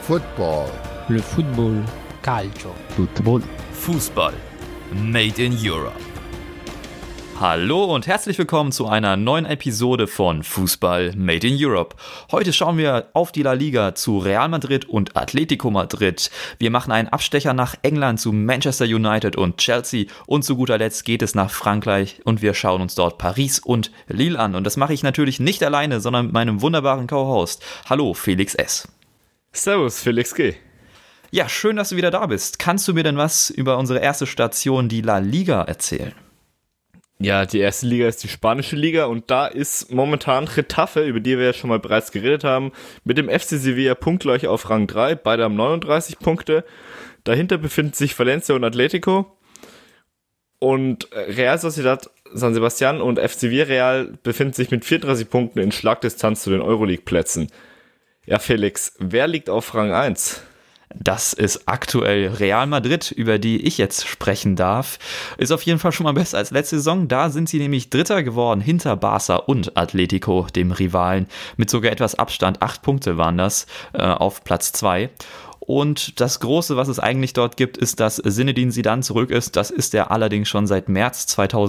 Football. Le football. Calcio. Football. Fußball. Made in Europe. Hallo und herzlich willkommen zu einer neuen Episode von Fußball Made in Europe. Heute schauen wir auf die La Liga zu Real Madrid und Atletico Madrid. Wir machen einen Abstecher nach England zu Manchester United und Chelsea und zu guter Letzt geht es nach Frankreich und wir schauen uns dort Paris und Lille an. Und das mache ich natürlich nicht alleine, sondern mit meinem wunderbaren Co-Host. Hallo Felix S. Servus Felix G. Ja, schön, dass du wieder da bist. Kannst du mir denn was über unsere erste Station, die La Liga, erzählen? Ja, die erste Liga ist die spanische Liga und da ist momentan Getafe, über die wir ja schon mal bereits geredet haben, mit dem FC Sevilla punktgleich auf Rang 3, beide haben 39 Punkte. Dahinter befinden sich Valencia und Atletico und Real Sociedad San Sebastian und FC Villarreal befinden sich mit 34 Punkten in Schlagdistanz zu den Euroleague-Plätzen. Ja, Felix, wer liegt auf Rang 1? Das ist aktuell Real Madrid, über die ich jetzt sprechen darf. Ist auf jeden Fall schon mal besser als letzte Saison. Da sind sie nämlich Dritter geworden, hinter Barca und Atletico, dem Rivalen. Mit sogar etwas Abstand, 8 Punkte waren das, auf Platz 2. Und das Große, was es eigentlich dort gibt, ist, dass Zinedine Zidane zurück ist. Das ist er allerdings schon seit März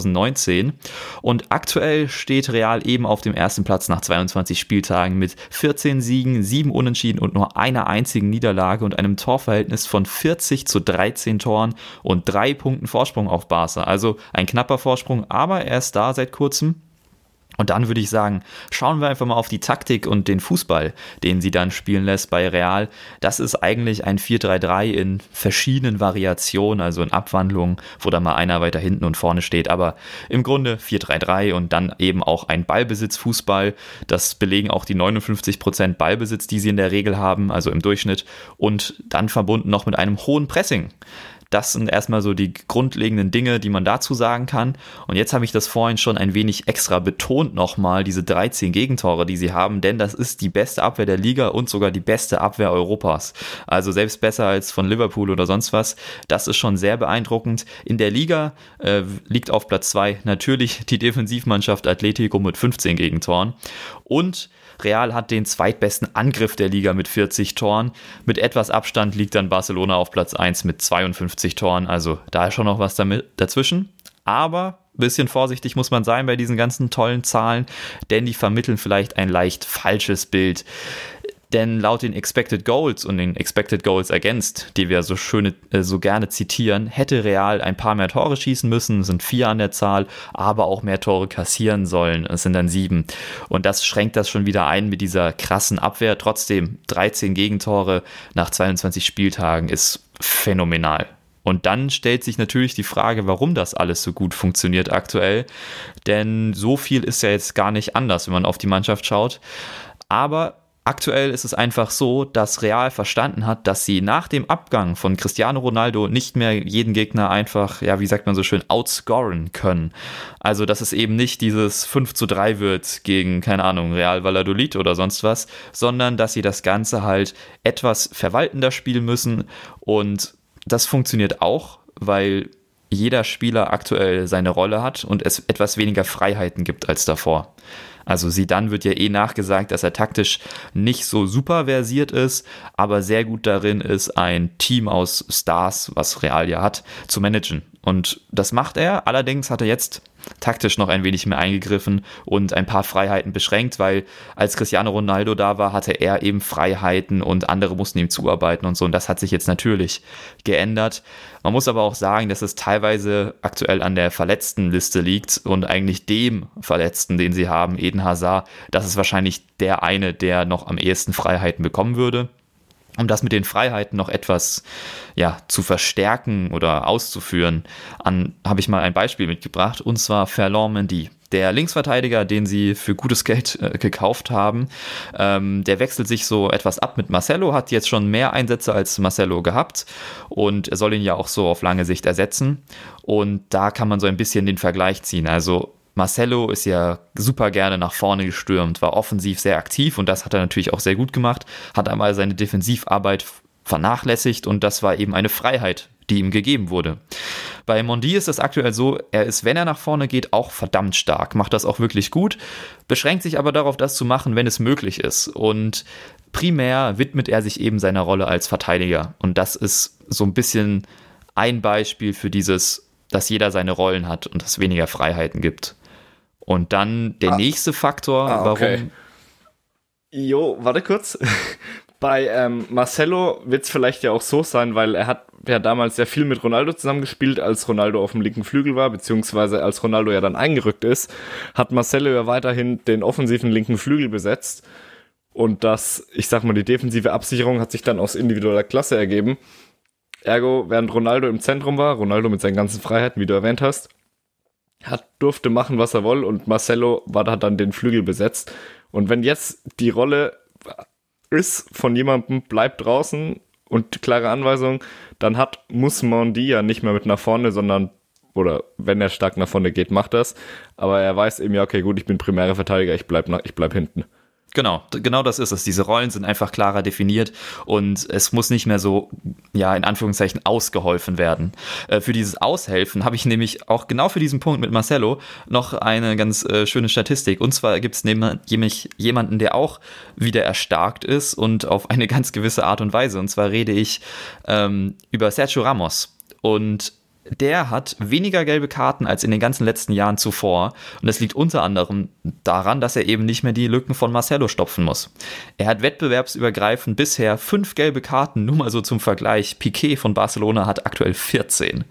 2019. Und aktuell steht Real eben auf dem ersten Platz nach 22 Spieltagen mit 14 Siegen, 7 Unentschieden und nur einer einzigen Niederlage und einem Torverhältnis von 40 zu 13 Toren und 3 Punkten Vorsprung auf Barca. Also ein knapper Vorsprung, aber er ist da seit kurzem. Und dann würde ich sagen, schauen wir einfach mal auf die Taktik und den Fußball, den sie dann spielen lässt bei Real. Das ist eigentlich ein 4-3-3 in verschiedenen Variationen, also in Abwandlungen, wo da mal einer weiter hinten und vorne steht. Aber im Grunde 4-3-3 und dann eben auch ein Ballbesitzfußball. Das belegen auch die 59% Ballbesitz, die sie in der Regel haben, also im Durchschnitt. Und dann verbunden noch mit einem hohen Pressing. Das sind erstmal so die grundlegenden Dinge, die man dazu sagen kann. Und jetzt habe ich das vorhin schon ein wenig extra betont nochmal, diese 13 Gegentore, die sie haben, denn das ist die beste Abwehr der Liga und sogar die beste Abwehr Europas. Also selbst besser als von Liverpool oder sonst was. Das ist schon sehr beeindruckend. In der Liga liegt auf Platz 2 natürlich die Defensivmannschaft Atletico mit 15 Gegentoren. Und Real hat den zweitbesten Angriff der Liga mit 40 Toren. Mit etwas Abstand liegt dann Barcelona auf Platz 1 mit 52 Toren. Also da ist schon noch was dazwischen. Aber ein bisschen vorsichtig muss man sein bei diesen ganzen tollen Zahlen, denn die vermitteln vielleicht ein leicht falsches Bild. Denn laut den Expected Goals und den Expected Goals Against, die wir so gerne zitieren, hätte Real ein paar mehr Tore schießen müssen, es sind 4 an der Zahl, aber auch mehr Tore kassieren sollen, es sind dann 7. Und das schränkt das schon wieder ein mit dieser krassen Abwehr. Trotzdem 13 Gegentore nach 22 Spieltagen ist phänomenal. Und dann stellt sich natürlich die Frage, warum das alles so gut funktioniert aktuell. Denn so viel ist ja jetzt gar nicht anders, wenn man auf die Mannschaft schaut. Aber aktuell ist es einfach so, dass Real verstanden hat, dass sie nach dem Abgang von Cristiano Ronaldo nicht mehr jeden Gegner einfach, ja, wie sagt man so schön, outscoren können. Also, dass es eben nicht dieses 5-3 wird gegen, keine Ahnung, Real Valladolid oder sonst was, sondern dass sie das Ganze halt etwas verwaltender spielen müssen. Und das funktioniert auch, weil jeder Spieler aktuell seine Rolle hat und es etwas weniger Freiheiten gibt als davor. Also Zidane wird ja nachgesagt, dass er taktisch nicht so super versiert ist, aber sehr gut darin ist, ein Team aus Stars, was Real ja hat, zu managen. Und das macht er. Allerdings hat er jetzt taktisch noch ein wenig mehr eingegriffen und ein paar Freiheiten beschränkt, weil als Cristiano Ronaldo da war, hatte er eben Freiheiten und andere mussten ihm zuarbeiten und so. Und das hat sich jetzt natürlich geändert. Man muss aber auch sagen, dass es teilweise aktuell an der Verletztenliste liegt und eigentlich dem Verletzten, den sie haben, Eden Hazard, das ist wahrscheinlich der eine, der noch am ehesten Freiheiten bekommen würde. Um das mit den Freiheiten noch etwas zu verstärken oder auszuführen, habe ich mal ein Beispiel mitgebracht, und zwar Ferland Mendy. Der Linksverteidiger, den sie für gutes Geld gekauft haben, der wechselt sich so etwas ab mit Marcelo, hat jetzt schon mehr Einsätze als Marcelo gehabt und er soll ihn ja auch so auf lange Sicht ersetzen. Und da kann man so ein bisschen den Vergleich ziehen. Also Marcelo ist ja super gerne nach vorne gestürmt, war offensiv sehr aktiv und das hat er natürlich auch sehr gut gemacht, hat einmal seine Defensivarbeit vernachlässigt und das war eben eine Freiheit, die ihm gegeben wurde. Bei Mendy ist es aktuell so, er ist, wenn er nach vorne geht, auch verdammt stark, macht das auch wirklich gut, beschränkt sich aber darauf, das zu machen, wenn es möglich ist. Und primär widmet er sich eben seiner Rolle als Verteidiger. Und das ist so ein bisschen ein Beispiel für dieses, dass jeder seine Rollen hat und es weniger Freiheiten gibt. Und dann der nächste Faktor, okay. warum... Jo, warte kurz. Bei Marcelo wird es vielleicht ja auch so sein, weil er hat ja damals sehr viel mit Ronaldo zusammengespielt, als Ronaldo auf dem linken Flügel war, beziehungsweise als Ronaldo ja dann eingerückt ist, hat Marcelo ja weiterhin den offensiven linken Flügel besetzt. Und das, ich sag mal, die defensive Absicherung hat sich dann aus individueller Klasse ergeben. Ergo, während Ronaldo im Zentrum war, Ronaldo mit seinen ganzen Freiheiten, wie du erwähnt hast, durfte machen, was er wollte, und Marcelo hat dann den Flügel besetzt. Und wenn jetzt die Rolle ist von jemandem, bleibt draußen und klare Anweisung, dann muss Mendy ja nicht mehr mit nach vorne, sondern, oder wenn er stark nach vorne geht, macht das. Aber er weiß eben, ja, okay, gut, ich bin primärer Verteidiger, ich bleib hinten. Genau das ist es. Diese Rollen sind einfach klarer definiert und es muss nicht mehr so, ja, in Anführungszeichen ausgeholfen werden. Für dieses Aushelfen habe ich nämlich auch genau für diesen Punkt mit Marcelo noch eine ganz schöne Statistik. Und zwar gibt es nämlich jemanden, der auch wieder erstarkt ist und auf eine ganz gewisse Art und Weise. Und zwar rede ich über Sergio Ramos. Und der hat weniger gelbe Karten als in den ganzen letzten Jahren zuvor. Und das liegt unter anderem daran, dass er eben nicht mehr die Lücken von Marcelo stopfen muss. Er hat wettbewerbsübergreifend bisher 5 gelbe Karten, nur mal so zum Vergleich. Piqué von Barcelona hat aktuell 14.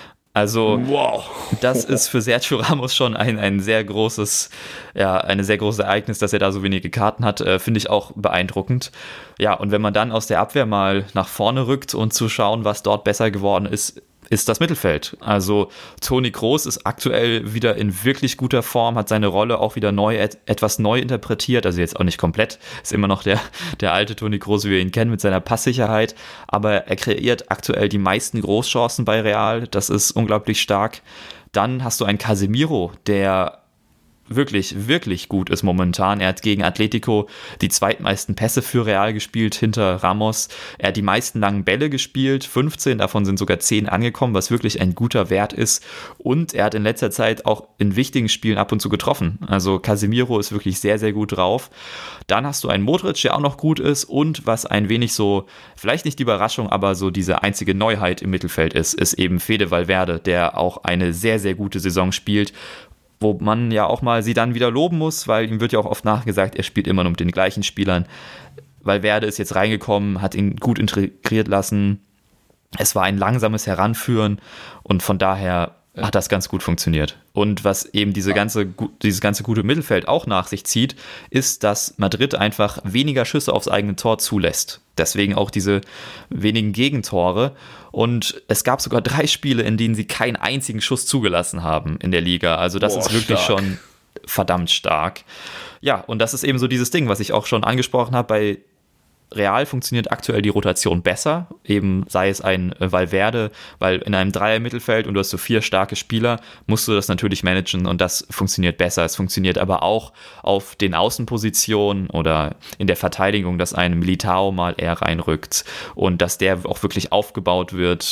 Also, wow. Das ist für Sergio Ramos schon ein sehr großes, ja, eine sehr großes Ereignis, dass er da so wenige Karten hat, finde ich auch beeindruckend. Ja, und wenn man dann aus der Abwehr mal nach vorne rückt und zu schauen, was dort besser geworden ist das Mittelfeld. Also Toni Kroos ist aktuell wieder in wirklich guter Form, hat seine Rolle auch wieder etwas neu interpretiert, also jetzt auch nicht komplett, ist immer noch der alte Toni Kroos, wie wir ihn kennen, mit seiner Passsicherheit, aber er kreiert aktuell die meisten Großchancen bei Real, das ist unglaublich stark. Dann hast du einen Casemiro, der wirklich, wirklich gut ist momentan. Er hat gegen Atletico die zweitmeisten Pässe für Real gespielt, hinter Ramos. Er hat die meisten langen Bälle gespielt, 15, davon sind sogar 10 angekommen, was wirklich ein guter Wert ist. Und er hat in letzter Zeit auch in wichtigen Spielen ab und zu getroffen. Also Casemiro ist wirklich sehr, sehr gut drauf. Dann hast du einen Modric, der auch noch gut ist. Und was ein wenig so, vielleicht nicht die Überraschung, aber so diese einzige Neuheit im Mittelfeld ist eben Fede Valverde, der auch eine sehr, sehr gute Saison spielt, wo man ja auch mal sie dann wieder loben muss, weil ihm wird ja auch oft nachgesagt, er spielt immer nur mit den gleichen Spielern. Valverde ist jetzt reingekommen, hat ihn gut integriert lassen. Es war ein langsames Heranführen und von daher hat das ganz gut funktioniert. Und was eben dieses ganze gute Mittelfeld auch nach sich zieht, ist, dass Madrid einfach weniger Schüsse aufs eigene Tor zulässt. Deswegen auch diese wenigen Gegentore. Und es gab sogar 3 Spiele, in denen sie keinen einzigen Schuss zugelassen haben in der Liga. Also das ist wirklich schon verdammt stark. Ja, und das ist eben so dieses Ding, was ich auch schon angesprochen habe. Bei Real funktioniert aktuell die Rotation besser, eben sei es ein Valverde, weil in einem Dreier-Mittelfeld und du hast so 4 starke Spieler, musst du das natürlich managen und das funktioniert besser. Es funktioniert aber auch auf den Außenpositionen oder in der Verteidigung, dass ein Militao mal eher reinrückt und dass der auch wirklich aufgebaut wird,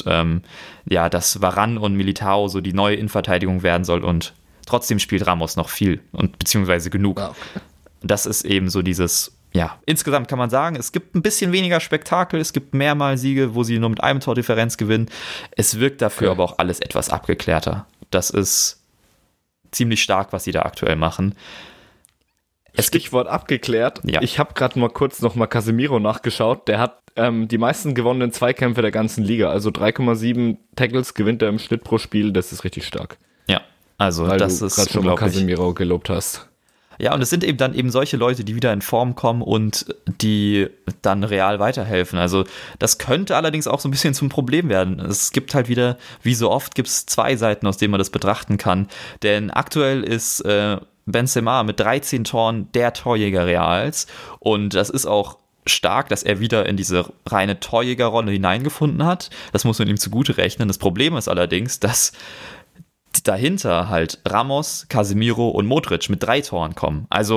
dass Varane und Militao so die neue Innenverteidigung werden soll und trotzdem spielt Ramos noch viel und beziehungsweise genug. Wow. Das ist eben so dieses. Ja, insgesamt kann man sagen, es gibt ein bisschen weniger Spektakel, es gibt mehrmal Siege, wo sie nur mit einem Tordifferenz gewinnen. Es wirkt dafür aber auch alles etwas abgeklärter. Das ist ziemlich stark, was sie da aktuell machen. Stichwort abgeklärt. Ja. Ich habe gerade mal kurz nochmal Casemiro nachgeschaut. Der hat die meisten gewonnenen Zweikämpfe der ganzen Liga. Also 3,7 Tackles gewinnt er im Schnitt pro Spiel. Das ist richtig stark. Ja, also weil das ist gerade schon mal Casemiro gelobt hast. Ja, und es sind eben dann eben solche Leute, die wieder in Form kommen und die dann Real weiterhelfen. Also das könnte allerdings auch so ein bisschen zum Problem werden. Es gibt halt wieder, wie so oft, gibt es 2 Seiten, aus denen man das betrachten kann. Denn aktuell ist Benzema mit 13 Toren der Torjäger Reals und das ist auch stark, dass er wieder in diese reine Torjägerrolle hineingefunden hat. Das muss man ihm zugute rechnen. Das Problem ist allerdings, dass dahinter halt Ramos, Casemiro und Modric mit 3 Toren kommen. Also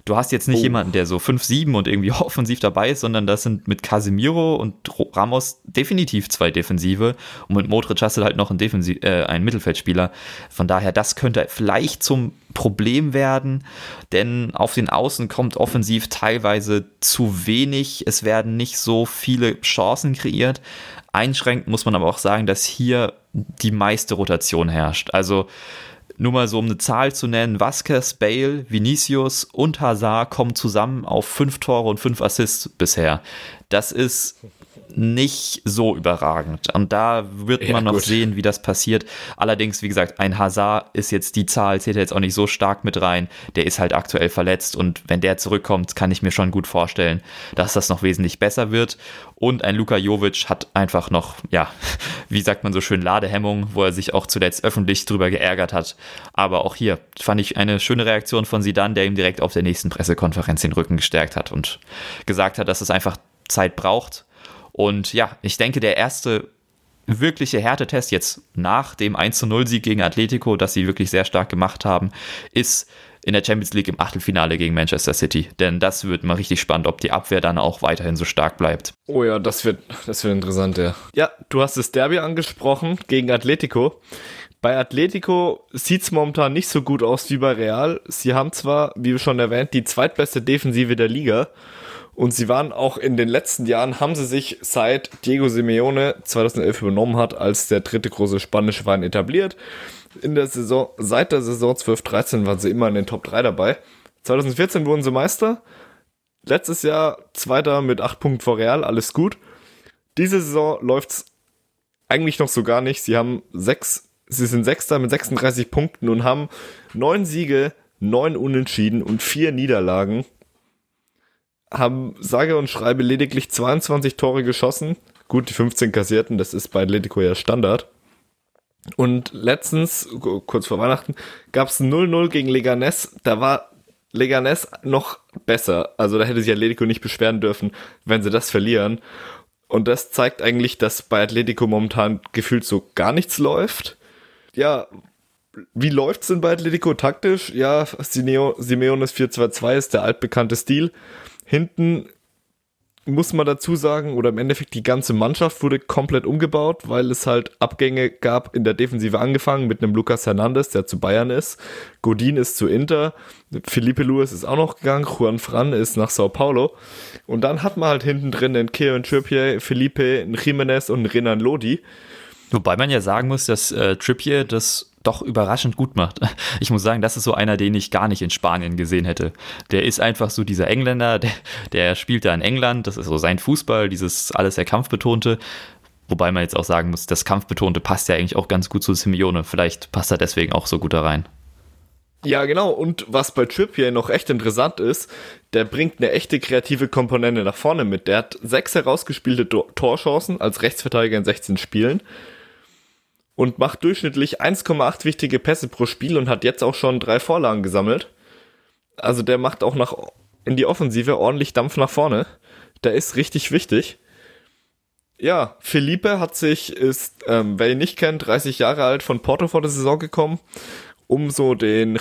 du hast jetzt nicht jemanden, der so 5-7 und irgendwie offensiv dabei ist, sondern das sind mit Casemiro und Ramos definitiv 2 Defensive und mit Modric hast du halt noch einen Mittelfeldspieler. Von daher, das könnte vielleicht zum Problem werden, denn auf den Außen kommt offensiv teilweise zu wenig. Es werden nicht so viele Chancen kreiert. Einschränkend muss man aber auch sagen, dass hier die meiste Rotation herrscht. Also nur mal so, um eine Zahl zu nennen, Vázquez, Bale, Vinicius und Hazard kommen zusammen auf 5 Tore und 5 Assists bisher. Das ist nicht so überragend. Und da wird man noch sehen, wie das passiert. Allerdings, wie gesagt, ein Hazard ist jetzt die Zahl, zählt jetzt auch nicht so stark mit rein. Der ist halt aktuell verletzt und wenn der zurückkommt, kann ich mir schon gut vorstellen, dass das noch wesentlich besser wird. Und ein Luka Jovic hat einfach noch, ja, wie sagt man so schön, Ladehemmung, wo er sich auch zuletzt öffentlich drüber geärgert hat. Aber auch hier fand ich eine schöne Reaktion von Zidane, der ihm direkt auf der nächsten Pressekonferenz den Rücken gestärkt hat und gesagt hat, dass es einfach Zeit braucht. Und ja, ich denke, der erste wirkliche Härtetest jetzt nach dem 1-0-Sieg gegen Atletico, das sie wirklich sehr stark gemacht haben, ist in der Champions League im Achtelfinale gegen Manchester City. Denn das wird mal richtig spannend, ob die Abwehr dann auch weiterhin so stark bleibt. Oh ja, das wird interessant, ja. Ja, du hast das Derby angesprochen gegen Atletico. Bei Atletico sieht es momentan nicht so gut aus wie bei Real. Sie haben zwar, wie schon erwähnt, die zweitbeste Defensive der Liga. Und sie waren auch in den letzten Jahren, haben sie sich seit Diego Simeone 2011 übernommen hat, als der dritte große spanische Verein etabliert. Seit der Saison 12-13 waren sie immer in den Top 3 dabei. 2014 wurden sie Meister. Letztes Jahr Zweiter mit 8 Punkten vor Real, alles gut. Diese Saison läuft's eigentlich noch so gar nicht. Sie sind Sechster mit 36 Punkten und haben 9 Siege, 9 Unentschieden und 4 Niederlagen. Haben sage und schreibe lediglich 22 Tore geschossen. Gut, die 15 kassierten, das ist bei Atletico ja Standard. Und letztens, kurz vor Weihnachten, gab es 0-0 gegen Leganés. Da war Leganés noch besser. Also da hätte sich Atletico nicht beschweren dürfen, wenn sie das verlieren. Und das zeigt eigentlich, dass bei Atletico momentan gefühlt so gar nichts läuft. Ja, wie läuft's denn bei Atletico taktisch? Ja, Simeones 4-2-2 ist der altbekannte Stil. Hinten muss man dazu sagen, oder im Endeffekt die ganze Mannschaft wurde komplett umgebaut, weil es halt Abgänge gab in der Defensive angefangen mit einem Lucas Hernandez, der zu Bayern ist. Godin ist zu Inter. Felipe Luis ist auch noch gegangen. Juan Fran ist nach Sao Paulo. Und dann hat man halt hinten drin den Kieran Trippier, Felipe, einen Jimenez und einen Renan Lodi. Wobei man ja sagen muss, dass Trippier das doch überraschend gut macht. Ich muss sagen, das ist so einer, den ich gar nicht in Spanien gesehen hätte. Der ist einfach so dieser Engländer, der spielt da in England, das ist so sein Fußball, dieses alles sehr Kampfbetonte. Wobei man jetzt auch sagen muss, das Kampfbetonte passt ja eigentlich auch ganz gut zu Simeone. Vielleicht passt er deswegen auch so gut da rein. Ja, genau. Und was bei Trippier noch echt interessant ist, der bringt eine echte kreative Komponente nach vorne mit. Der hat 6 herausgespielte Torchancen als Rechtsverteidiger in 16 Spielen. Und macht durchschnittlich 1,8 wichtige Pässe pro Spiel und hat jetzt auch schon 3 Vorlagen gesammelt. Also der macht auch in die Offensive ordentlich Dampf nach vorne. Der ist richtig wichtig. Ja, Felipe wer ihn nicht kennt, 30 Jahre alt, von Porto vor der Saison gekommen, um so den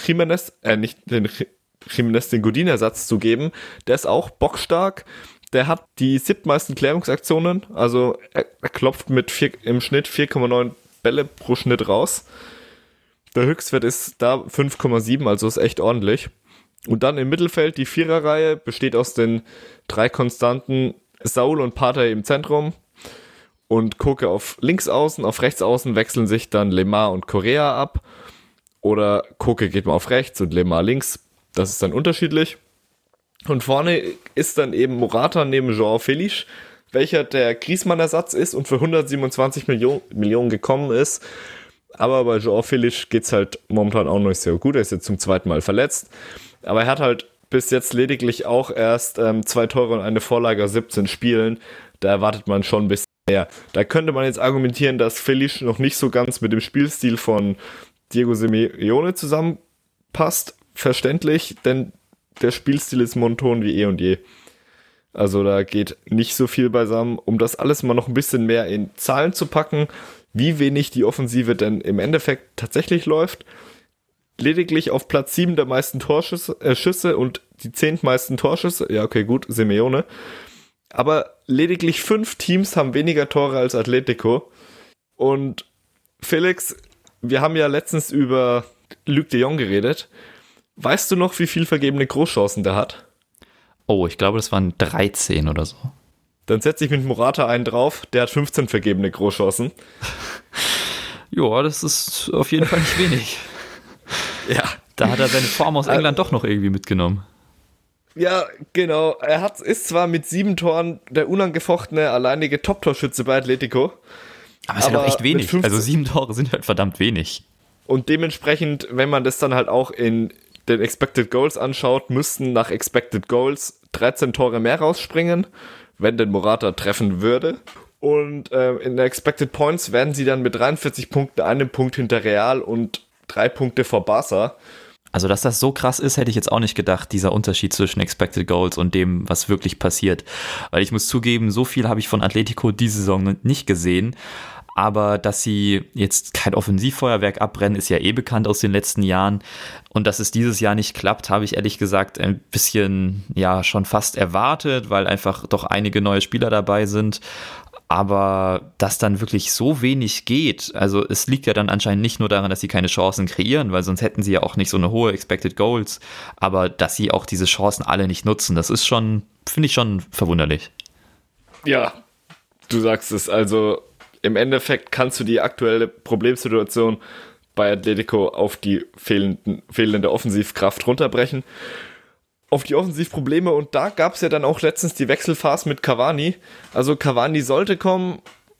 den Godin-Ersatz zu geben. Der ist auch bockstark. Der hat die 7. meisten Klärungsaktionen. Also er klopft im Schnitt 4,9 Bälle pro Schnitt raus. Der Höchstwert ist da 5,7, also ist echt ordentlich. Und dann im Mittelfeld die Viererreihe besteht aus den 3 Konstanten Saul und Partey im Zentrum und Koke auf links außen, auf rechts außen wechseln sich dann Lemar und Correa ab oder Koke geht mal auf rechts und Lemar links, das ist dann unterschiedlich. Und vorne ist dann eben Morata neben João Félix, welcher der Griezmann-Ersatz ist und für 127 Millionen gekommen ist. Aber bei João Félix geht es halt momentan auch nicht sehr gut. Er ist jetzt zum 2. Mal verletzt. Aber er hat halt bis jetzt lediglich auch erst 2 Tore und eine Vorlage aus 17 Spielen. Da erwartet man schon ein bisschen mehr. Da könnte man jetzt argumentieren, dass Félix noch nicht so ganz mit dem Spielstil von Diego Simeone zusammenpasst. Verständlich, denn der Spielstil ist monoton wie eh und je. Also da geht nicht so viel beisammen. Um das alles mal noch ein bisschen mehr in Zahlen zu packen, wie wenig die Offensive denn im Endeffekt tatsächlich läuft. lediglich auf Platz 7 der meisten Schüsse und die 10. meisten Torschüsse. Ja, okay, gut, Simeone. Aber lediglich 5 Teams haben weniger Tore als Atletico. Und Felix, wir haben ja letztens über Luc de Jong geredet. Weißt du noch, wie viel vergebene Großchancen der hat? Oh, ich glaube, das waren 13 oder so. Dann setze ich mit Morata einen drauf, der hat 15 vergebene Großchancen. Ja, das ist auf jeden Fall nicht wenig. Ja. Da hat er seine Form aus England doch noch irgendwie mitgenommen. Ja, genau. Ist zwar mit 7 Toren der unangefochtene, alleinige Top-Torschütze bei Atletico. Aber es ist halt auch echt wenig. Also 7 Tore sind halt verdammt wenig. Und dementsprechend, wenn man das dann halt auch in den Expected Goals anschaut, müssten nach Expected Goals 13 Tore mehr rausspringen, wenn den Morata treffen würde. Und in der Expected Points werden sie dann mit 43 Punkten 1 Punkt hinter Real und 3 Punkte vor Barca. Also, dass das so krass ist, hätte ich jetzt auch nicht gedacht, dieser Unterschied zwischen Expected Goals und dem, was wirklich passiert. Weil ich muss zugeben, so viel habe ich von Atletico diese Saison nicht gesehen. Aber dass sie jetzt kein Offensivfeuerwerk abbrennen, ist ja eh bekannt aus den letzten Jahren. Und dass es dieses Jahr nicht klappt, habe ich ehrlich gesagt ein bisschen, ja, schon fast erwartet, weil einfach doch einige neue Spieler dabei sind. Aber dass dann wirklich so wenig geht, also es liegt ja dann anscheinend nicht nur daran, dass sie keine Chancen kreieren, weil sonst hätten sie ja auch nicht so eine hohe Expected Goals, aber dass sie auch diese Chancen alle nicht nutzen, das ist schon, finde ich schon verwunderlich. Ja, du sagst es, also im Endeffekt kannst du die aktuelle Problemsituation bei Atletico auf die fehlende Offensivkraft runterbrechen. Auf die Offensivprobleme, und da gab es ja dann auch letztens die Wechselphase mit Cavani. Also Cavani sollte kommen,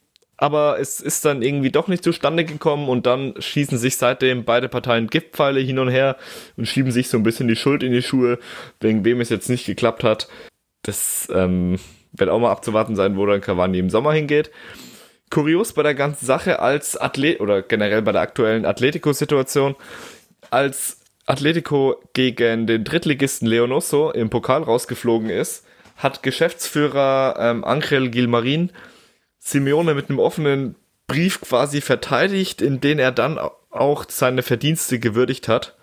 aber es ist dann irgendwie doch nicht zustande gekommen und dann schießen sich seitdem beide Parteien Giftpfeile hin und her und schieben sich so ein bisschen die Schuld in die Schuhe, wegen wem es jetzt nicht geklappt hat. Das wird auch mal abzuwarten sein, wo dann Cavani im Sommer hingeht. Kurios bei der ganzen Sache als Athlet oder generell bei der aktuellen Atletico-Situation, als Atletico gegen den Drittligisten Leonoso im Pokal rausgeflogen ist, hat Geschäftsführer Ángel Gilmarín Simeone mit einem offenen Brief quasi verteidigt, in den er dann auch seine Verdienste gewürdigt hat.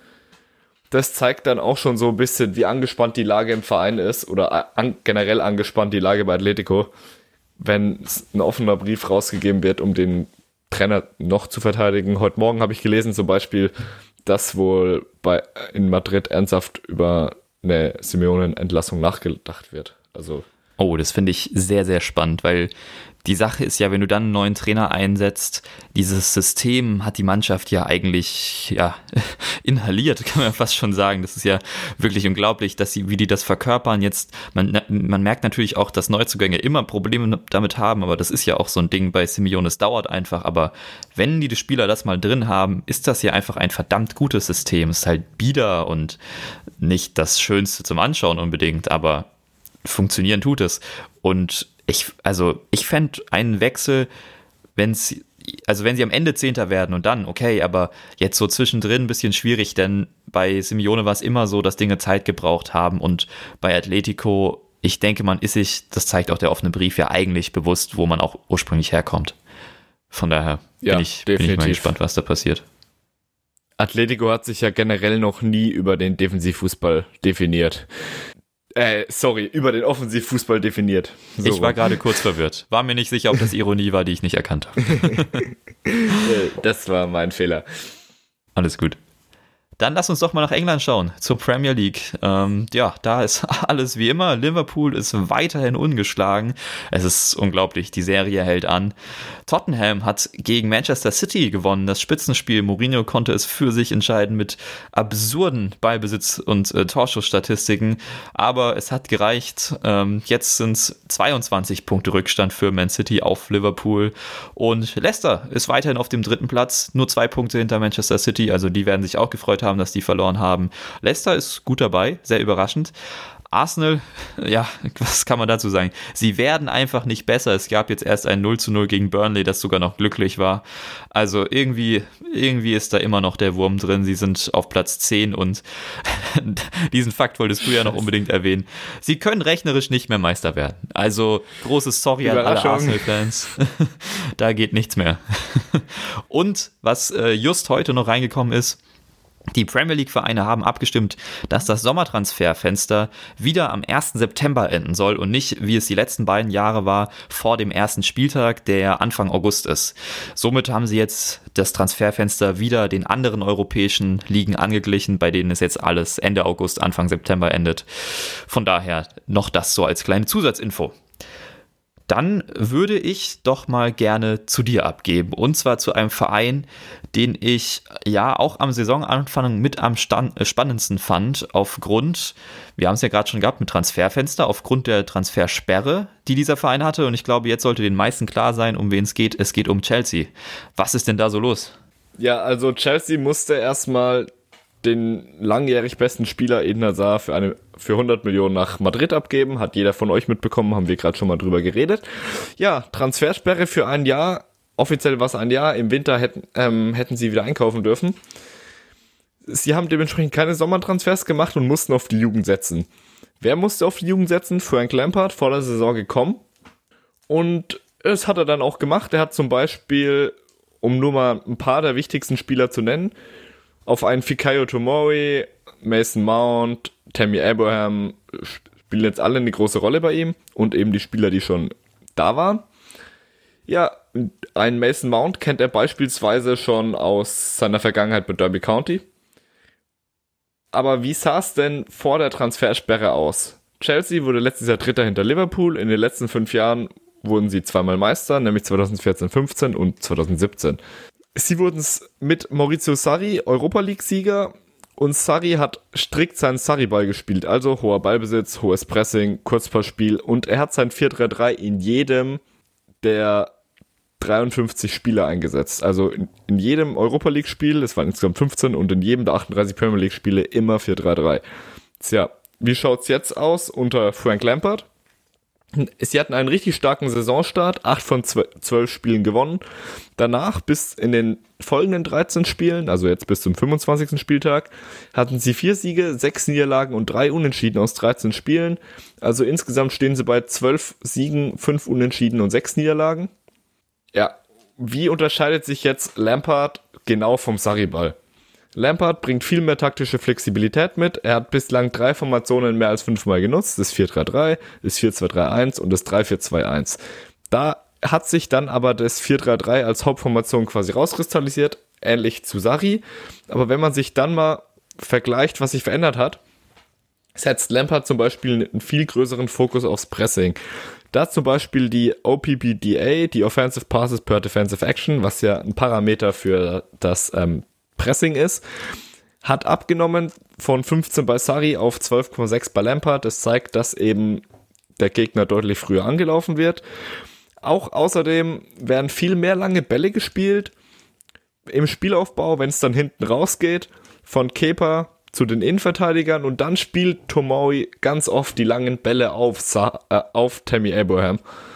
Das zeigt dann auch schon so ein bisschen, wie angespannt die Lage im Verein ist oder generell angespannt die Lage bei Atletico, wenn ein offener Brief rausgegeben wird, um den Trainer noch zu verteidigen. Heute Morgen habe ich gelesen zum Beispiel, dass wohl in Madrid ernsthaft über eine Simeone-Entlassung nachgedacht wird. Also. Oh, das finde ich sehr, sehr spannend, weil die Sache ist ja, wenn du dann einen neuen Trainer einsetzt, dieses System hat die Mannschaft ja eigentlich inhaliert, kann man ja fast schon sagen. Das ist ja wirklich unglaublich, wie die das verkörpern. Jetzt, man merkt natürlich auch, dass Neuzugänge immer Probleme damit haben, aber das ist ja auch so ein Ding bei Simeone, es dauert einfach. Aber wenn die Spieler das mal drin haben, ist das ja einfach ein verdammt gutes System. Es ist halt bieder und nicht das Schönste zum Anschauen unbedingt, aber funktionieren tut es. Und ich fände einen Wechsel, wenn sie am Ende Zehnter werden und dann, okay, aber jetzt so zwischendrin ein bisschen schwierig, denn bei Simeone war es immer so, dass Dinge Zeit gebraucht haben und bei Atletico, ich denke, man ist sich, das zeigt auch der offene Brief, ja eigentlich bewusst, wo man auch ursprünglich herkommt. Von daher bin ich mal gespannt, was da passiert. Atletico hat sich ja generell noch nie über den Defensivfußball definiert. Über den Offensivfußball definiert. So ich war gerade kurz verwirrt. War mir nicht sicher, ob das Ironie war, die ich nicht erkannt habe. Das war mein Fehler. Alles gut. Dann lass uns doch mal nach England schauen, zur Premier League. Da ist alles wie immer. Liverpool ist weiterhin ungeschlagen. Es ist unglaublich, die Serie hält an. Tottenham hat gegen Manchester City gewonnen, das Spitzenspiel. Mourinho konnte es für sich entscheiden mit absurden Ballbesitz- und Torschussstatistiken. Aber es hat gereicht. Jetzt sind es 22 Punkte Rückstand für Man City auf Liverpool. Und Leicester ist weiterhin auf dem 3. Platz, nur 2 Punkte hinter Manchester City. Also die werden sich auch gefreut haben, dass die verloren haben. Leicester ist gut dabei, sehr überraschend. Arsenal, ja, was kann man dazu sagen? Sie werden einfach nicht besser. Es gab jetzt erst ein 0:0 gegen Burnley, das sogar noch glücklich war. Also irgendwie ist da immer noch der Wurm drin. Sie sind auf Platz 10 und diesen Fakt wolltest du ja noch unbedingt erwähnen. Sie können rechnerisch nicht mehr Meister werden. Also großes Sorry an alle Arsenal-Fans. Da geht nichts mehr. Und was just heute noch reingekommen ist, Die Premier League-Vereine haben abgestimmt, dass das Sommertransferfenster wieder am 1. September enden soll und nicht, wie es die letzten beiden Jahre war, vor dem ersten Spieltag, der Anfang August ist. Somit haben sie jetzt das Transferfenster wieder den anderen europäischen Ligen angeglichen, bei denen es jetzt alles Ende August, Anfang September endet. Von daher noch das so als kleine Zusatzinfo. Dann würde ich doch mal gerne zu dir abgeben. Und zwar zu einem Verein, den ich ja auch am Saisonanfang mit am spannendsten fand, aufgrund, wir haben es ja gerade schon gehabt mit Transferfenster, aufgrund der Transfersperre, die dieser Verein hatte. Und ich glaube, jetzt sollte den meisten klar sein, um wen es geht. Es geht um Chelsea. Was ist denn da so los? Ja, also Chelsea musste erstmal den langjährig besten Spieler Eden Hazard für 100 Millionen nach Madrid abgeben. Hat jeder von euch mitbekommen, haben wir gerade schon mal drüber geredet. Ja, Transfersperre für ein Jahr. Offiziell war es ein Jahr. Im Winter hätten sie wieder einkaufen dürfen. Sie haben dementsprechend keine Sommertransfers gemacht und mussten auf die Jugend setzen. Wer musste auf die Jugend setzen? Frank Lampard, vor der Saison gekommen. Und das hat er dann auch gemacht. Er hat zum Beispiel, um nur mal ein paar der wichtigsten Spieler zu nennen, auf einen Fikayo Tomori, Mason Mount, Tammy Abraham spielen jetzt alle eine große Rolle bei ihm und eben die Spieler, die schon da waren. Ja, einen Mason Mount kennt er beispielsweise schon aus seiner Vergangenheit mit Derby County. Aber wie sah es denn vor der Transfersperre aus? Chelsea wurde letztes Jahr Dritter hinter Liverpool. In den letzten 5 Jahren wurden sie zweimal Meister, nämlich 2014-15 und 2017. Sie wurden es mit Maurizio Sarri Europa League-Sieger und Sarri hat strikt seinen Sarri-Ball gespielt, also hoher Ballbesitz, hohes Pressing, Kurzpassspiel und er hat sein 4-3-3 in jedem der 53 Spiele eingesetzt. Also in jedem Europa League-Spiel, es waren insgesamt 15 und in jedem der 38 Premier League-Spiele immer 4-3-3. Tja, wie schaut's jetzt aus unter Frank Lampard? Sie hatten einen richtig starken Saisonstart, 8 von 12 Spielen gewonnen. Danach bis in den folgenden 13 Spielen, also jetzt bis zum 25. Spieltag, hatten sie 4 Siege, 6 Niederlagen und 3 Unentschieden aus 13 Spielen. Also insgesamt stehen sie bei 12 Siegen, 5 Unentschieden und 6 Niederlagen. Ja, wie unterscheidet sich jetzt Lampard genau vom Sarri-Ball? Lampard bringt viel mehr taktische Flexibilität mit. Er hat bislang 3 Formationen mehr als 5-mal genutzt. Das 4-3-3, das 4-2-3-1 und das 3-4-2-1. Da hat sich dann aber das 4-3-3 als Hauptformation quasi rauskristallisiert, ähnlich zu Sarri. Aber wenn man sich dann mal vergleicht, was sich verändert hat, setzt Lampard zum Beispiel einen viel größeren Fokus aufs Pressing. Da zum Beispiel die OPPDA, die Offensive Passes per Defensive Action, was ja ein Parameter für das Pressing ist, hat abgenommen von 15 bei Sarri auf 12,6 bei Lampard. Das zeigt, dass eben der Gegner deutlich früher angelaufen wird. Auch außerdem werden viel mehr lange Bälle gespielt im Spielaufbau, wenn es dann hinten rausgeht, von Kepa zu den Innenverteidigern und dann spielt Tomori ganz oft die langen Bälle auf Tammy Abraham,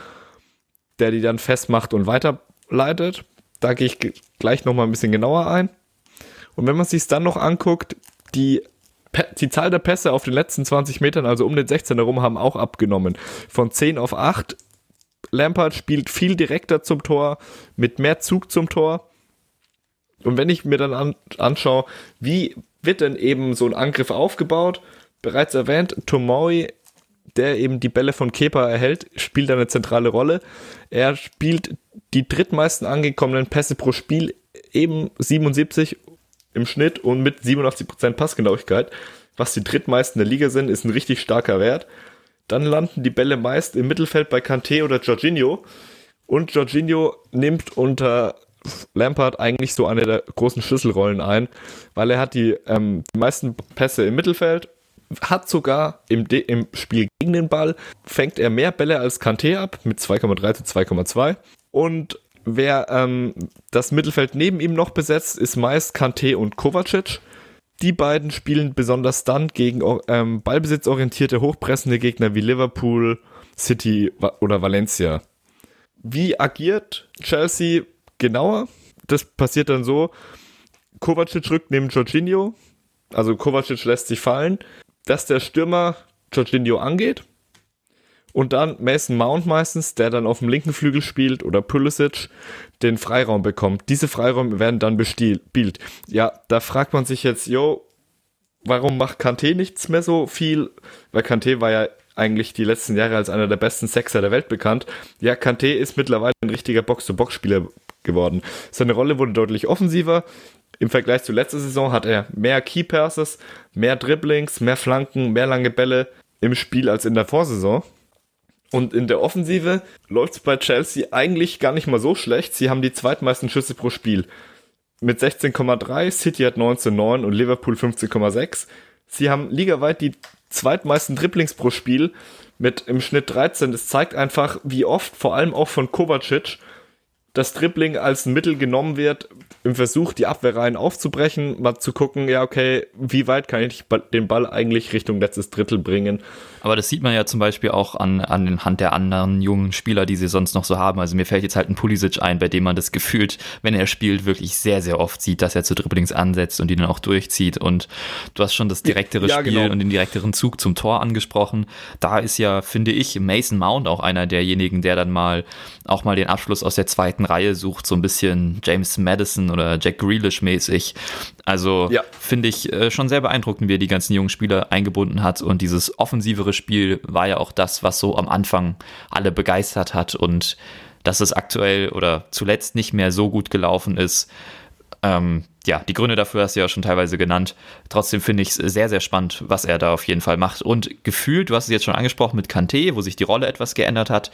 der die dann festmacht und weiterleitet. Da gehe ich gleich nochmal ein bisschen genauer ein. Und wenn man sich es dann noch anguckt, die Zahl der Pässe auf den letzten 20 Metern, also um den 16 herum, haben auch abgenommen. Von 10 auf 8. Lampard spielt viel direkter zum Tor, mit mehr Zug zum Tor. Und wenn ich mir dann anschaue, wie wird denn eben so ein Angriff aufgebaut? Bereits erwähnt, Tomori, der eben die Bälle von Kepa erhält, spielt eine zentrale Rolle. Er spielt die drittmeisten angekommenen Pässe pro Spiel, eben 77 im Schnitt und mit 87% Passgenauigkeit, was die drittmeisten der Liga sind, ist ein richtig starker Wert. Dann landen die Bälle meist im Mittelfeld bei Kanté oder Jorginho und Jorginho nimmt unter Lampard eigentlich so eine der großen Schlüsselrollen ein, weil er hat die meisten Pässe im Mittelfeld, hat sogar im Spiel gegen den Ball, fängt er mehr Bälle als Kanté ab mit 2,3 zu 2,2 und wer das Mittelfeld neben ihm noch besetzt, ist meist Kanté und Kovacic. Die beiden spielen besonders dann gegen ballbesitzorientierte, hochpressende Gegner wie Liverpool, City oder Valencia. Wie agiert Chelsea genauer? Das passiert dann so, Kovacic rückt neben Jorginho, also Kovacic lässt sich fallen, dass der Stürmer Jorginho angeht Und dann Mason Mount meistens, der dann auf dem linken Flügel spielt, oder Pulisic, den Freiraum bekommt. Diese Freiräume werden dann bespielt. Ja, da fragt man sich jetzt, warum macht Kanté nichts mehr so viel? Weil Kanté war ja eigentlich die letzten Jahre als einer der besten Sechser der Welt bekannt. Ja, Kanté ist mittlerweile ein richtiger Box-to-Box-Spieler geworden. Seine Rolle wurde deutlich offensiver. Im Vergleich zu letzter Saison hat er mehr Key-Passes, mehr Dribblings, mehr Flanken, mehr lange Bälle im Spiel als in der Vorsaison. Und in der Offensive läuft es bei Chelsea eigentlich gar nicht mal so schlecht. Sie haben die zweitmeisten Schüsse pro Spiel. Mit 16,3, City hat 19,9 und Liverpool 15,6. Sie haben ligaweit die zweitmeisten Dribblings pro Spiel mit im Schnitt 13. Das zeigt einfach, wie oft, vor allem auch von Kovacic, das Dribbling als ein Mittel genommen wird, im Versuch, die Abwehrreihen aufzubrechen, mal zu gucken, ja okay, wie weit kann ich den Ball eigentlich Richtung letztes Drittel bringen. Aber das sieht man ja zum Beispiel auch anhand der anderen jungen Spieler, die sie sonst noch so haben. Also mir fällt jetzt halt ein Pulisic ein, bei dem man das gefühlt, wenn er spielt, wirklich sehr, sehr oft sieht, dass er zu Dribblings ansetzt und die dann auch durchzieht. Und du hast schon das direktere Spiel genau. Und den direkteren Zug zum Tor angesprochen. Da ist ja, finde ich, Mason Mount auch einer derjenigen, der dann auch mal den Abschluss aus der zweiten Reihe sucht, so ein bisschen James Maddison oder Jack Grealish mäßig. Also finde ich schon sehr beeindruckend, wie er die ganzen jungen Spieler eingebunden hat, und dieses offensivere Spiel war ja auch das, was so am Anfang alle begeistert hat, und dass es aktuell oder zuletzt nicht mehr so gut gelaufen ist. Die Gründe dafür hast du ja schon teilweise genannt. Trotzdem finde ich es sehr, sehr spannend, was er da auf jeden Fall macht. Und gefühlt, du hast es jetzt schon angesprochen mit Kanté, wo sich die Rolle etwas geändert hat,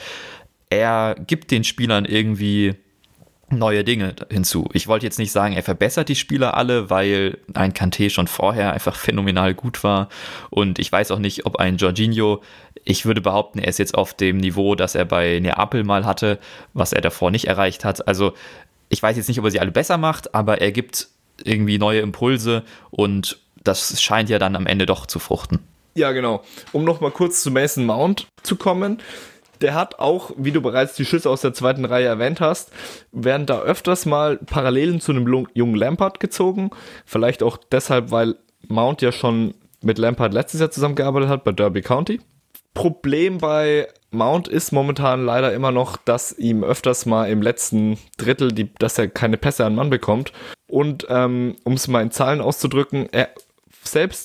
er gibt den Spielern irgendwie neue Dinge hinzu. Ich wollte jetzt nicht sagen, er verbessert die Spieler alle, weil ein Kanté schon vorher einfach phänomenal gut war, und ich weiß auch nicht, ob ein Jorginho, ich würde behaupten, er ist jetzt auf dem Niveau, das er bei Neapel mal hatte, was er davor nicht erreicht hat. Also ich weiß jetzt nicht, ob er sie alle besser macht, aber er gibt irgendwie neue Impulse, und das scheint ja dann am Ende doch zu fruchten. Ja, genau. Um nochmal kurz zu Mason Mount zu kommen. Der hat auch, wie du bereits die Schüsse aus der zweiten Reihe erwähnt hast, werden da öfters mal Parallelen zu einem jungen Lampard gezogen. Vielleicht auch deshalb, weil Mount ja schon mit Lampard letztes Jahr zusammengearbeitet hat bei Derby County. Problem bei Mount ist momentan leider immer noch, dass ihm öfters mal im letzten Drittel, dass er keine Pässe an Mann bekommt. Und um es mal in Zahlen auszudrücken, selbst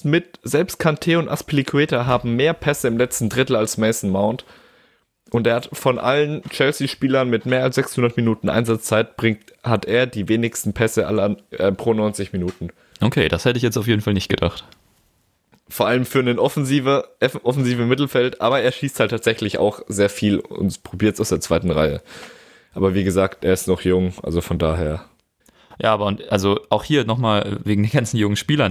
Kanté und Azpilicueta haben mehr Pässe im letzten Drittel als Mason Mount. Und er hat von allen Chelsea-Spielern mit mehr als 600 Minuten Einsatzzeit hat er die wenigsten Pässe pro 90 Minuten. Okay, das hätte ich jetzt auf jeden Fall nicht gedacht. Vor allem für einen offensive Mittelfeld, aber er schießt halt tatsächlich auch sehr viel und probiert es aus der zweiten Reihe. Aber wie gesagt, er ist noch jung, also von daher. Ja, aber also auch hier nochmal wegen den ganzen jungen Spielern.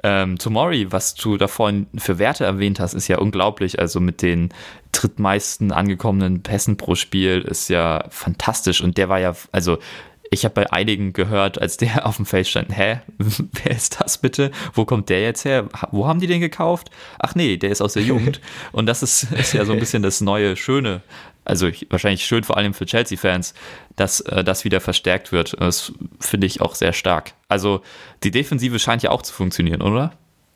Tomori, was du da vorhin für Werte erwähnt hast, ist ja unglaublich. Also mit den drittmeisten angekommenen Pässen pro Spiel ist ja fantastisch. Und der war ja, also ich habe bei einigen gehört, als der auf dem Feld stand, wer ist das bitte? Wo kommt der jetzt her? Wo haben die den gekauft? Ach nee, der ist aus der Jugend. Und das ist ja so ein bisschen das neue Schöne. Also wahrscheinlich schön vor allem für Chelsea-Fans, dass das wieder verstärkt wird. Das finde ich auch sehr stark. Also die Defensive scheint ja auch zu funktionieren, oder?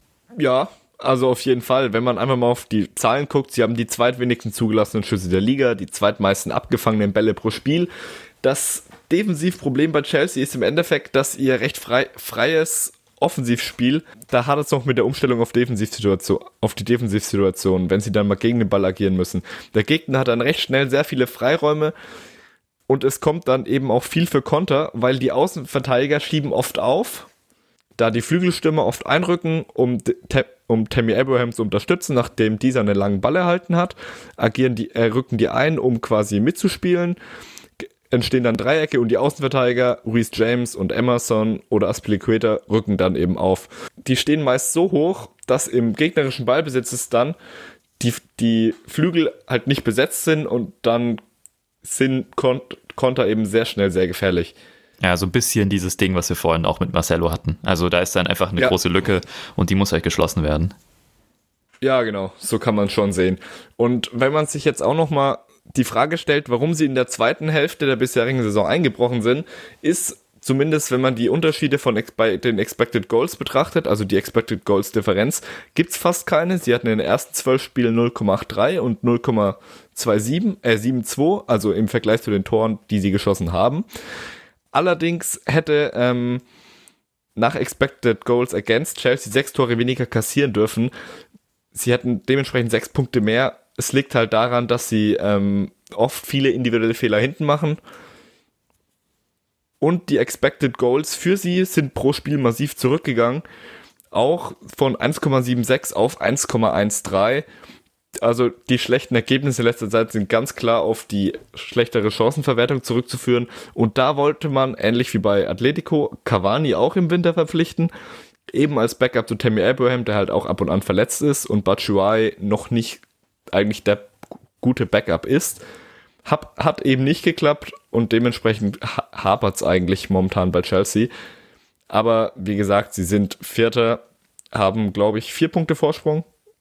Ja, also auf jeden Fall. Wenn man einfach mal auf die Zahlen guckt, sie haben die zweitwenigsten zugelassenen Schüsse der Liga, die zweitmeisten abgefangenen Bälle pro Spiel. Das Defensivproblem bei Chelsea ist im Endeffekt, dass ihr recht freies Offensivspiel, da hat es noch mit der Umstellung auf die Defensivsituation, wenn sie dann mal gegen den Ball agieren müssen. Der Gegner hat dann recht schnell sehr viele Freiräume und es kommt dann eben auch viel für Konter, weil die Außenverteidiger schieben oft auf, da die Flügelstürmer oft einrücken, um Tammy Abraham zu unterstützen, nachdem dieser einen langen Ball erhalten hat, rücken die ein, um quasi mitzuspielen. Entstehen dann Dreiecke und die Außenverteidiger, Reece James und Emerson oder Azpilicueta, rücken dann eben auf. Die stehen meist so hoch, dass im gegnerischen Ballbesitz es dann die Flügel halt nicht besetzt sind und dann sind Konter eben sehr schnell sehr gefährlich. Ja, so ein bisschen dieses Ding, was wir vorhin auch mit Marcelo hatten. Also da ist dann einfach eine große Lücke und die muss halt geschlossen werden. Ja, genau, so kann man schon sehen. Und wenn man sich jetzt auch nochmal die Frage stellt, warum sie in der zweiten Hälfte der bisherigen Saison eingebrochen sind, ist zumindest wenn man die Unterschiede bei den Expected Goals betrachtet, also die Expected Goals Differenz, gibt es fast keine. Sie hatten in den ersten 12 Spielen 0,83 und 0,72, also im Vergleich zu den Toren, die sie geschossen haben. Allerdings hätte nach Expected Goals Against Chelsea 6 Tore weniger kassieren dürfen. Sie hätten dementsprechend 6 Punkte mehr. Es liegt halt daran, dass sie oft viele individuelle Fehler hinten machen. Und die Expected Goals für sie sind pro Spiel massiv zurückgegangen. Auch von 1,76 auf 1,13. Also die schlechten Ergebnisse in letzter Zeit sind ganz klar auf die schlechtere Chancenverwertung zurückzuführen. Und da wollte man, ähnlich wie bei Atletico, Cavani auch im Winter verpflichten. Eben als Backup zu Tammy Abraham, der halt auch ab und an verletzt ist und Batshuayi noch nicht eigentlich der gute Backup ist. Hat eben nicht geklappt und dementsprechend hapert es eigentlich momentan bei Chelsea. Aber wie gesagt, sie sind Vierter, haben, glaube ich, 4 Punkte Vorsprung.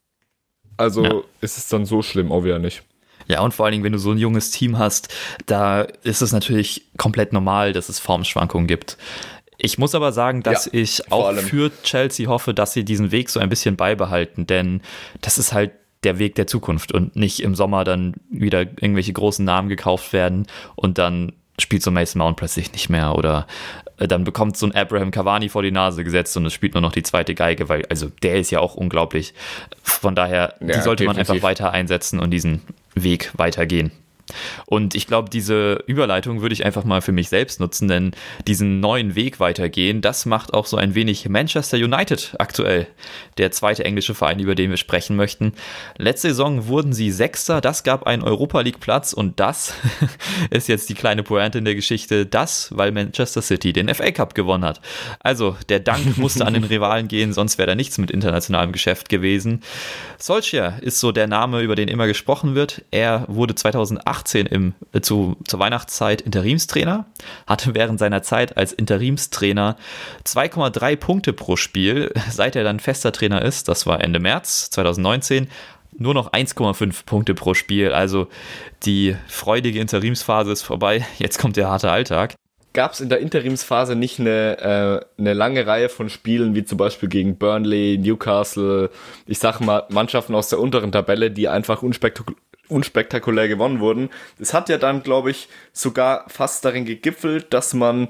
Also ist es dann so schlimm auch wieder nicht. Ja, und vor allen Dingen, wenn du so ein junges Team hast, da ist es natürlich komplett normal, dass es Formschwankungen gibt. Ich muss aber sagen, dass ich auch für Chelsea hoffe, dass sie diesen Weg so ein bisschen beibehalten, denn das ist halt der Weg der Zukunft und nicht im Sommer dann wieder irgendwelche großen Namen gekauft werden und dann spielt so Mason Mount plötzlich nicht mehr oder dann bekommt so ein Abraham Cavani vor die Nase gesetzt und es spielt nur noch die zweite Geige, weil also der ist ja auch unglaublich. Von daher, die sollte man einfach weiter einsetzen und diesen Weg weitergehen. Und ich glaube, diese Überleitung würde ich einfach mal für mich selbst nutzen, denn diesen neuen Weg weitergehen, das macht auch so ein wenig Manchester United aktuell, der zweite englische Verein, über den wir sprechen möchten. Letzte Saison wurden sie Sechster, das gab einen Europa-League-Platz und das ist jetzt die kleine Pointe in der Geschichte, weil Manchester City den FA Cup gewonnen hat. Also der Dank musste an den Rivalen gehen, sonst wäre da nichts mit internationalem Geschäft gewesen. Solskjaer ist so der Name, über den immer gesprochen wird. Er wurde 2018 zur Weihnachtszeit Interimstrainer, hatte während seiner Zeit als Interimstrainer 2,3 Punkte pro Spiel. Seit er dann fester Trainer ist, das war Ende März 2019, nur noch 1,5 Punkte pro Spiel. Also die freudige Interimsphase ist vorbei, jetzt kommt der harte Alltag. Gab es in der Interimsphase nicht eine lange Reihe von Spielen, wie zum Beispiel gegen Burnley, Newcastle, ich sag mal Mannschaften aus der unteren Tabelle, die einfach unspektakulär gewonnen wurden. Es hat ja dann, glaube ich, sogar fast darin gegipfelt, dass man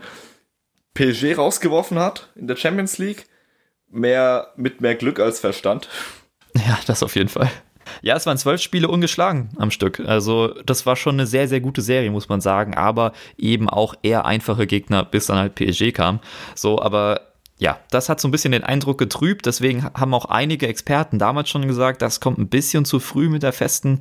PSG rausgeworfen hat in der Champions League. Mit mehr Glück als Verstand. Ja, das auf jeden Fall. Ja, es waren 12 Spiele ungeschlagen am Stück. Also das war schon eine sehr, sehr gute Serie, muss man sagen. Aber eben auch eher einfache Gegner, bis dann halt PSG kam. So, aber ja, das hat so ein bisschen den Eindruck getrübt, deswegen haben auch einige Experten damals schon gesagt, das kommt ein bisschen zu früh mit dem festen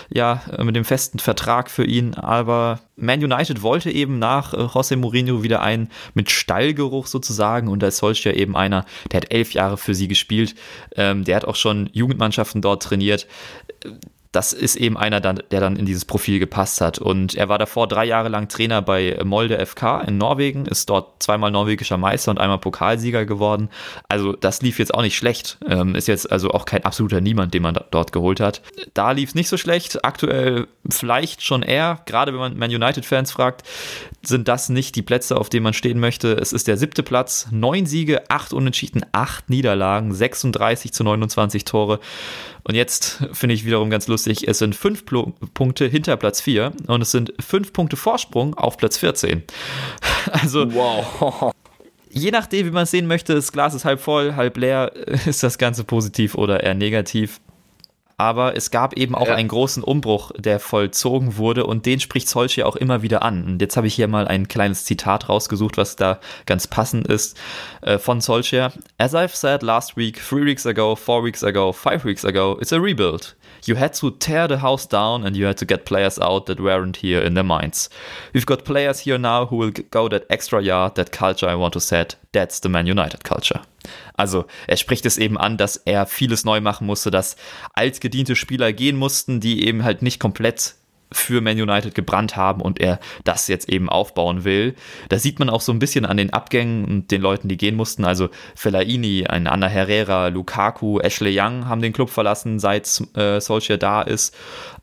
Vertrag für ihn, aber Man United wollte eben nach José Mourinho wieder einen mit Stallgeruch sozusagen und da ist Solskjaer eben einer, der hat 11 Jahre für sie gespielt, der hat auch schon Jugendmannschaften dort trainiert. Das ist eben einer, der dann in dieses Profil gepasst hat. Und er war davor 3 Jahre lang Trainer bei Molde FK in Norwegen, ist dort 2-mal norwegischer Meister und einmal Pokalsieger geworden. Also das lief jetzt auch nicht schlecht. Ist jetzt also auch kein absoluter Niemand, den man dort geholt hat. Da lief es nicht so schlecht. Aktuell vielleicht schon eher, gerade wenn man Man United-Fans fragt, sind das nicht die Plätze, auf denen man stehen möchte. Es ist der 7. Platz, 9 Siege, 8 Unentschieden, 8 Niederlagen, 36-29 Tore. Und jetzt finde ich wiederum ganz lustig, es sind 5 Punkte hinter Platz 4 und es sind 5 Punkte Vorsprung auf Platz 14. Also, wow. Je nachdem, wie man es sehen möchte, das Glas ist halb voll, halb leer, ist das Ganze positiv oder eher negativ. Aber es gab eben auch einen großen Umbruch, der vollzogen wurde und den spricht Solskjaer auch immer wieder an. Und jetzt habe ich hier mal ein kleines Zitat rausgesucht, was da ganz passend ist, von Solskjaer. As I've said last week, 3 weeks ago, 4 weeks ago, 5 weeks ago, it's a rebuild. You had to tear the house down and you had to get players out that weren't here in their minds. We've got players here now who will go that extra yard, that culture I want to set. That's the Man United culture. Also er spricht es eben an, dass er vieles neu machen musste, dass altgediente Spieler gehen mussten, die eben halt nicht komplett für Man United gebrannt haben und er das jetzt eben aufbauen will. Da sieht man auch so ein bisschen an den Abgängen und den Leuten, die gehen mussten. Also Fellaini, ein Ander Herrera, Lukaku, Ashley Young haben den Club verlassen, seit Solskjaer da ist.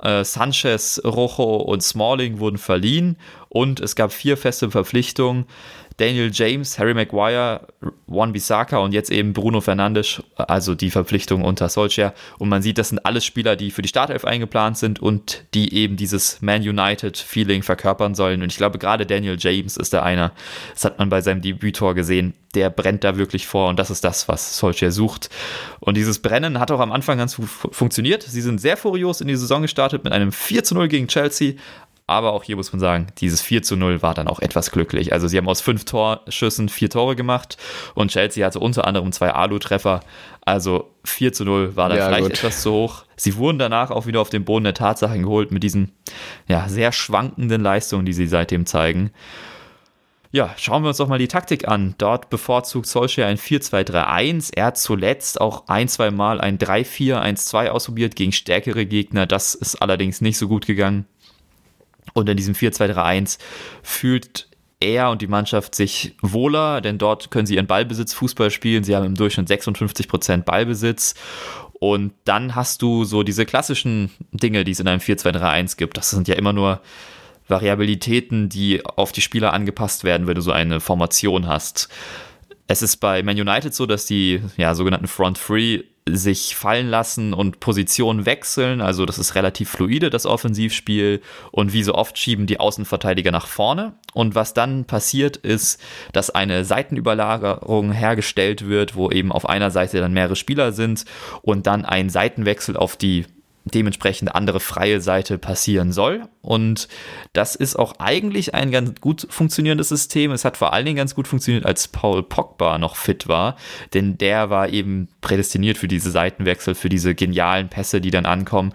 Sanchez, Rojo und Smalling wurden verliehen und es gab 4 feste Verpflichtungen. Daniel James, Harry Maguire, Wan-Bissaka und jetzt eben Bruno Fernandes, also die Verpflichtung unter Solskjaer. Und man sieht, das sind alles Spieler, die für die Startelf eingeplant sind und die eben dieses Man United-Feeling verkörpern sollen. Und ich glaube, gerade Daniel James ist da einer, das hat man bei seinem Debüttor gesehen, der brennt da wirklich vor und das ist das, was Solskjaer sucht. Und dieses Brennen hat auch am Anfang ganz gut funktioniert. Sie sind sehr furios in die Saison gestartet mit einem 4:0 gegen Chelsea. Aber auch hier muss man sagen, dieses 4:0 war dann auch etwas glücklich. Also sie haben aus 5 Torschüssen 4 Tore gemacht und Chelsea hatte unter anderem 2 Alu-Treffer. Also 4:0 war dann vielleicht etwas zu hoch. Sie wurden danach auch wieder auf den Boden der Tatsachen geholt mit diesen sehr schwankenden Leistungen, die sie seitdem zeigen. Ja, schauen wir uns doch mal die Taktik an. Dort bevorzugt Solskjaer ein 4-2-3-1. Er hat zuletzt auch 1-2 Mal ein 3-4-1-2 ausprobiert gegen stärkere Gegner. Das ist allerdings nicht so gut gegangen. Und in diesem 4-2-3-1 fühlt er und die Mannschaft sich wohler, denn dort können sie ihren Ballbesitz Fußball spielen. Sie haben im Durchschnitt 56% Ballbesitz. Und dann hast du so diese klassischen Dinge, die es in einem 4-2-3-1 gibt. Das sind ja immer nur Variabilitäten, die auf die Spieler angepasst werden, wenn du so eine Formation hast. Es ist bei Man United so, dass die sogenannten Front Three sich fallen lassen und Positionen wechseln, also das ist relativ fluide, das Offensivspiel, und wie so oft schieben die Außenverteidiger nach vorne und was dann passiert ist, dass eine Seitenüberlagerung hergestellt wird, wo eben auf einer Seite dann mehrere Spieler sind und dann ein Seitenwechsel auf die dementsprechend andere freie Seite passieren soll. Und das ist auch eigentlich ein ganz gut funktionierendes System. Es hat vor allen Dingen ganz gut funktioniert, als Paul Pogba noch fit war, denn der war eben prädestiniert für diese Seitenwechsel, für diese genialen Pässe, die dann ankommen.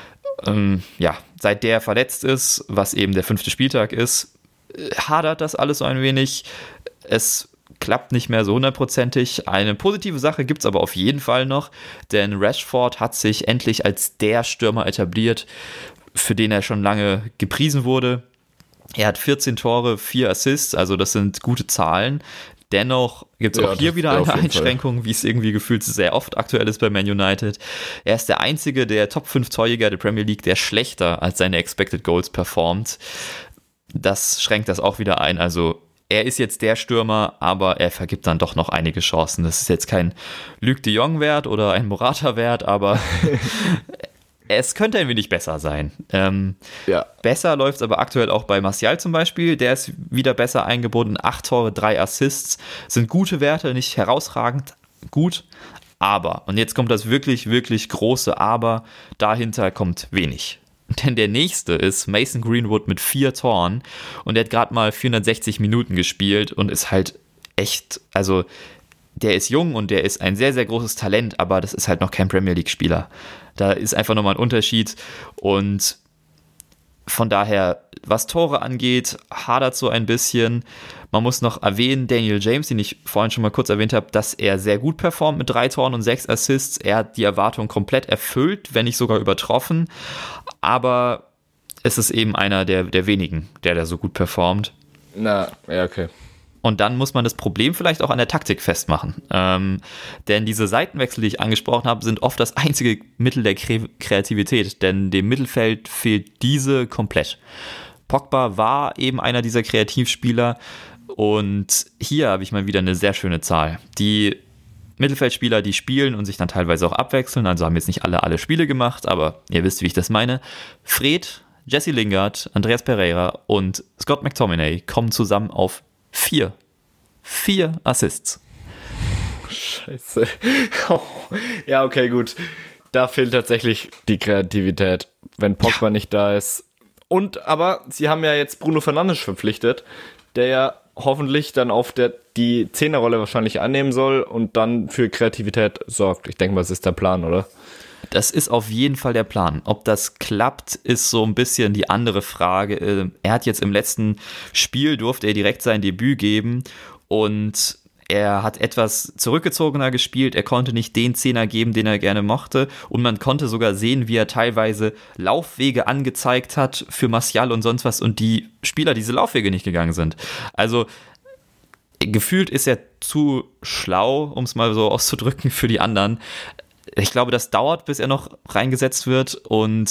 Seit der verletzt ist, was eben der 5. Spieltag ist, hadert das alles so ein wenig. Es klappt nicht mehr so 100%. Eine positive Sache gibt es aber auf jeden Fall noch, denn Rashford hat sich endlich als der Stürmer etabliert, für den er schon lange gepriesen wurde. Er hat 14 Tore, 4 Assists, also das sind gute Zahlen. Dennoch gibt es auch hier wieder eine Einschränkung, wie es irgendwie gefühlt sehr oft aktuell ist bei Man United. Er ist der einzige der Top 5 Torjäger der Premier League, der schlechter als seine Expected Goals performt. Das schränkt das auch wieder ein, also er ist jetzt der Stürmer, aber er vergibt dann doch noch einige Chancen. Das ist jetzt kein Luc de Jong-Wert oder ein Morata-Wert, aber es könnte ein wenig besser sein. Besser läuft es aber aktuell auch bei Martial zum Beispiel. Der ist wieder besser eingebunden. 8 Tore, 3 Assists. Sind gute Werte, nicht herausragend gut. Aber, und jetzt kommt das wirklich, wirklich große Aber, dahinter kommt wenig. Denn der nächste ist Mason Greenwood mit 4 Toren und der hat gerade mal 460 Minuten gespielt und ist halt echt, also der ist jung und der ist ein sehr, sehr großes Talent, aber das ist halt noch kein Premier League-Spieler. Da ist einfach nochmal ein Unterschied und von daher, was Tore angeht, hadert so ein bisschen. Man muss noch erwähnen, Daniel James, den ich vorhin schon mal kurz erwähnt habe, dass er sehr gut performt mit 3 Toren und 6 Assists. Er hat die Erwartung komplett erfüllt, wenn nicht sogar übertroffen. Aber es ist eben einer der wenigen, der da so gut performt. Okay. Und dann muss man das Problem vielleicht auch an der Taktik festmachen. Denn diese Seitenwechsel, die ich angesprochen habe, sind oft das einzige Mittel der Kreativität. Denn dem Mittelfeld fehlt diese komplett. Pogba war eben einer dieser Kreativspieler. Und hier habe ich mal wieder eine sehr schöne Zahl. Die Mittelfeldspieler, die spielen und sich dann teilweise auch abwechseln, also haben jetzt nicht alle Spiele gemacht, aber ihr wisst, wie ich das meine. Fred, Jesse Lingard, Andreas Pereira und Scott McTominay kommen zusammen auf 4 Assists. Scheiße. Ja, okay, gut. Da fehlt tatsächlich die Kreativität, wenn Pogba nicht da ist. Aber sie haben ja jetzt Bruno Fernandes verpflichtet, der ja hoffentlich dann auf die Zehnerrolle wahrscheinlich annehmen soll und dann für Kreativität sorgt. Ich denke mal, das ist der Plan, oder? Das ist auf jeden Fall der Plan. Ob das klappt, ist so ein bisschen die andere Frage. Er hat jetzt im letzten Spiel, durfte er direkt sein Debüt geben und er hat etwas zurückgezogener gespielt, er konnte nicht den Zehner geben, den er gerne mochte und man konnte sogar sehen, wie er teilweise Laufwege angezeigt hat für Martial und sonst was und die Spieler diese Laufwege nicht gegangen sind. Also gefühlt ist er zu schlau, um es mal so auszudrücken, für die anderen. Ich glaube, das dauert, bis er noch reingesetzt wird und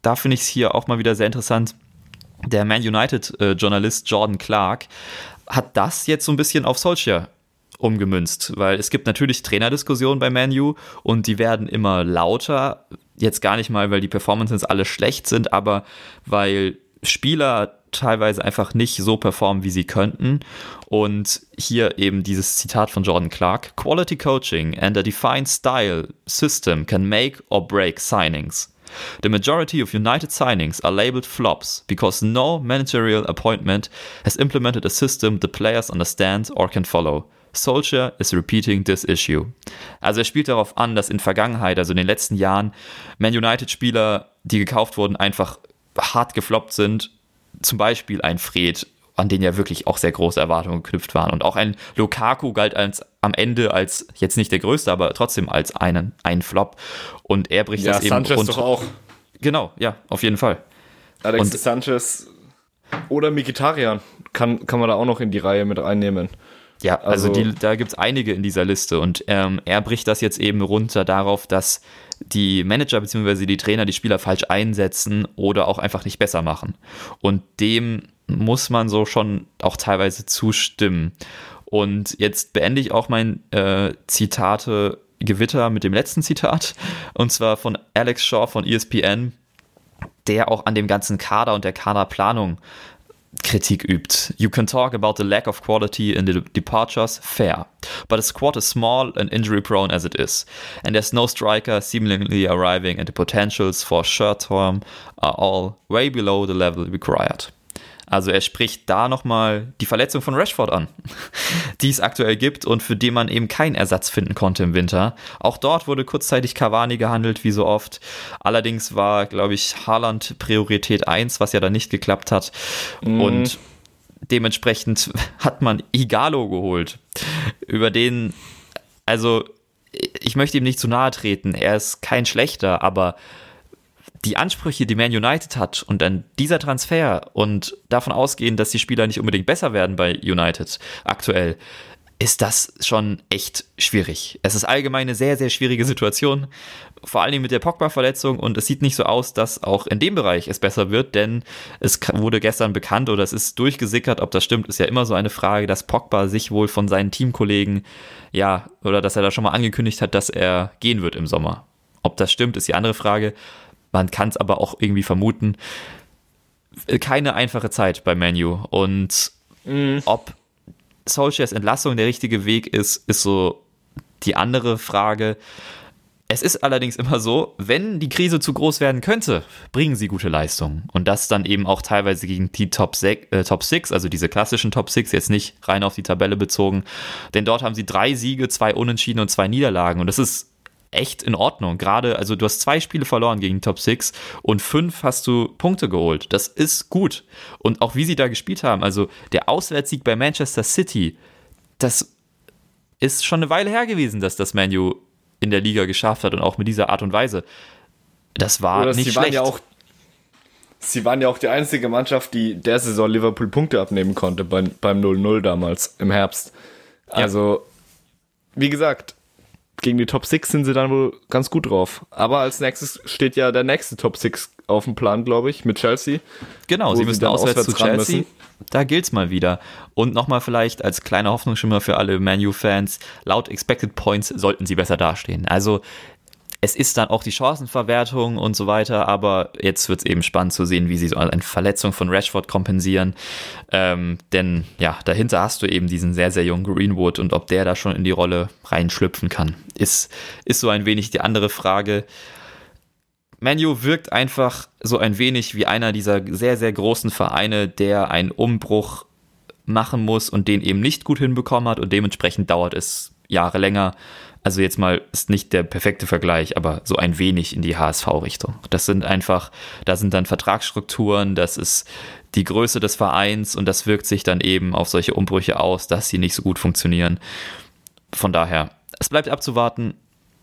da finde ich es hier auch mal wieder sehr interessant, der Man United-Journalist Jordan Clark hat das jetzt so ein bisschen auf Solskjaer umgemünzt, weil es gibt natürlich Trainerdiskussionen bei Man U und die werden immer lauter, jetzt gar nicht mal, weil die Performances alle schlecht sind, aber weil Spieler teilweise einfach nicht so performen, wie sie könnten. Und hier eben dieses Zitat von Jordan Clark: Quality coaching and a defined style system can make or break signings. The majority of United signings are labeled flops because no managerial appointment has implemented a system the players understand or can follow. Solskjaer is repeating this issue. Also er spielt darauf an, dass in Vergangenheit, also in den letzten Jahren, Man United-Spieler, die gekauft wurden, einfach hart gefloppt sind. Zum Beispiel ein Fred, an den ja wirklich auch sehr große Erwartungen geknüpft waren. Und auch ein Lukaku galt am Ende als, jetzt nicht der größte, aber trotzdem als ein Flop. Und er bricht das eben Sanchez runter. Doch auch. Genau, ja, auf jeden Fall. Alexis Sanchez oder Mkhitaryan kann man da auch noch in die Reihe mit reinnehmen. Ja, also da gibt es einige in dieser Liste und er bricht das jetzt eben runter darauf, dass die Manager bzw. die Trainer die Spieler falsch einsetzen oder auch einfach nicht besser machen. Und dem muss man so schon auch teilweise zustimmen. Und jetzt beende ich auch mein Zitate-Gewitter mit dem letzten Zitat, und zwar von Alex Shaw von ESPN, der auch an dem ganzen Kader und der Kaderplanung Kritik übt. You can talk about the lack of quality in the departures, fair. But the squad is small and injury prone as it is. And there's no striker seemingly arriving, and the potentials for short term are all way below the level required. Also er spricht da nochmal die Verletzung von Rashford an, die es aktuell gibt und für die man eben keinen Ersatz finden konnte im Winter. Auch dort wurde kurzzeitig Cavani gehandelt, wie so oft. Allerdings war, glaube ich, Haaland Priorität 1, was ja dann nicht geklappt hat. Und dementsprechend hat man Ighalo geholt. Über den, also ich möchte ihm nicht zu nahe treten, er ist kein schlechter, aber die Ansprüche, die Man United hat und dann dieser Transfer und davon ausgehen, dass die Spieler nicht unbedingt besser werden bei United aktuell, ist das schon echt schwierig. Es ist allgemein eine sehr, sehr schwierige Situation, vor allem mit der Pogba-Verletzung, und es sieht nicht so aus, dass auch in dem Bereich es besser wird, denn es wurde gestern bekannt oder es ist durchgesickert, ob das stimmt, ist ja immer so eine Frage, dass Pogba sich wohl von seinen Teamkollegen, ja, oder dass er da schon mal angekündigt hat, dass er gehen wird im Sommer. Ob das stimmt, ist die andere Frage. Man kann es aber auch irgendwie vermuten. Keine einfache Zeit bei Man U. Und ob Solskjaers Entlassung der richtige Weg ist so die andere Frage. Es ist allerdings immer so, wenn die Krise zu groß werden könnte, bringen sie gute Leistungen. Und das dann eben auch teilweise gegen die Top 6, also diese klassischen Top 6, jetzt nicht rein auf die Tabelle bezogen. Denn dort haben sie 3 Siege, 2 Unentschieden und 2 Niederlagen. Und das ist echt in Ordnung. Gerade, also du hast 2 Spiele verloren gegen Top 6 und 5 hast du Punkte geholt. Das ist gut. Und auch wie sie da gespielt haben, also der Auswärtssieg bei Manchester City, das ist schon eine Weile her gewesen, dass das Man U in der Liga geschafft hat und auch mit dieser Art und Weise. Das war nicht schlecht. Sie waren ja auch die einzige Mannschaft, die der Saison Liverpool Punkte abnehmen konnte beim 0-0 damals im Herbst. Also, wie gesagt, gegen die Top 6 sind sie dann wohl ganz gut drauf. Aber als nächstes steht ja der nächste Top 6 auf dem Plan, glaube ich, mit Chelsea. Genau, sie müssen auswärts zu Chelsea. Da gilt's mal wieder. Und nochmal vielleicht als kleiner Hoffnungsschimmer für alle Man U-Fans, laut Expected Points sollten sie besser dastehen. Also es ist dann auch die Chancenverwertung und so weiter, aber jetzt wird es eben spannend zu sehen, wie sie so eine Verletzung von Rashford kompensieren. Denn ja, dahinter hast du eben diesen sehr, sehr jungen Greenwood, und ob der da schon in die Rolle reinschlüpfen kann, ist so ein wenig die andere Frage. Man U wirkt einfach so ein wenig wie einer dieser sehr, sehr großen Vereine, der einen Umbruch machen muss und den eben nicht gut hinbekommen hat, und dementsprechend dauert es Jahre länger. Also jetzt mal, ist nicht der perfekte Vergleich, aber so ein wenig in die HSV-Richtung. Da sind dann Vertragsstrukturen, das ist die Größe des Vereins, und das wirkt sich dann eben auf solche Umbrüche aus, dass sie nicht so gut funktionieren. Von daher, es bleibt abzuwarten,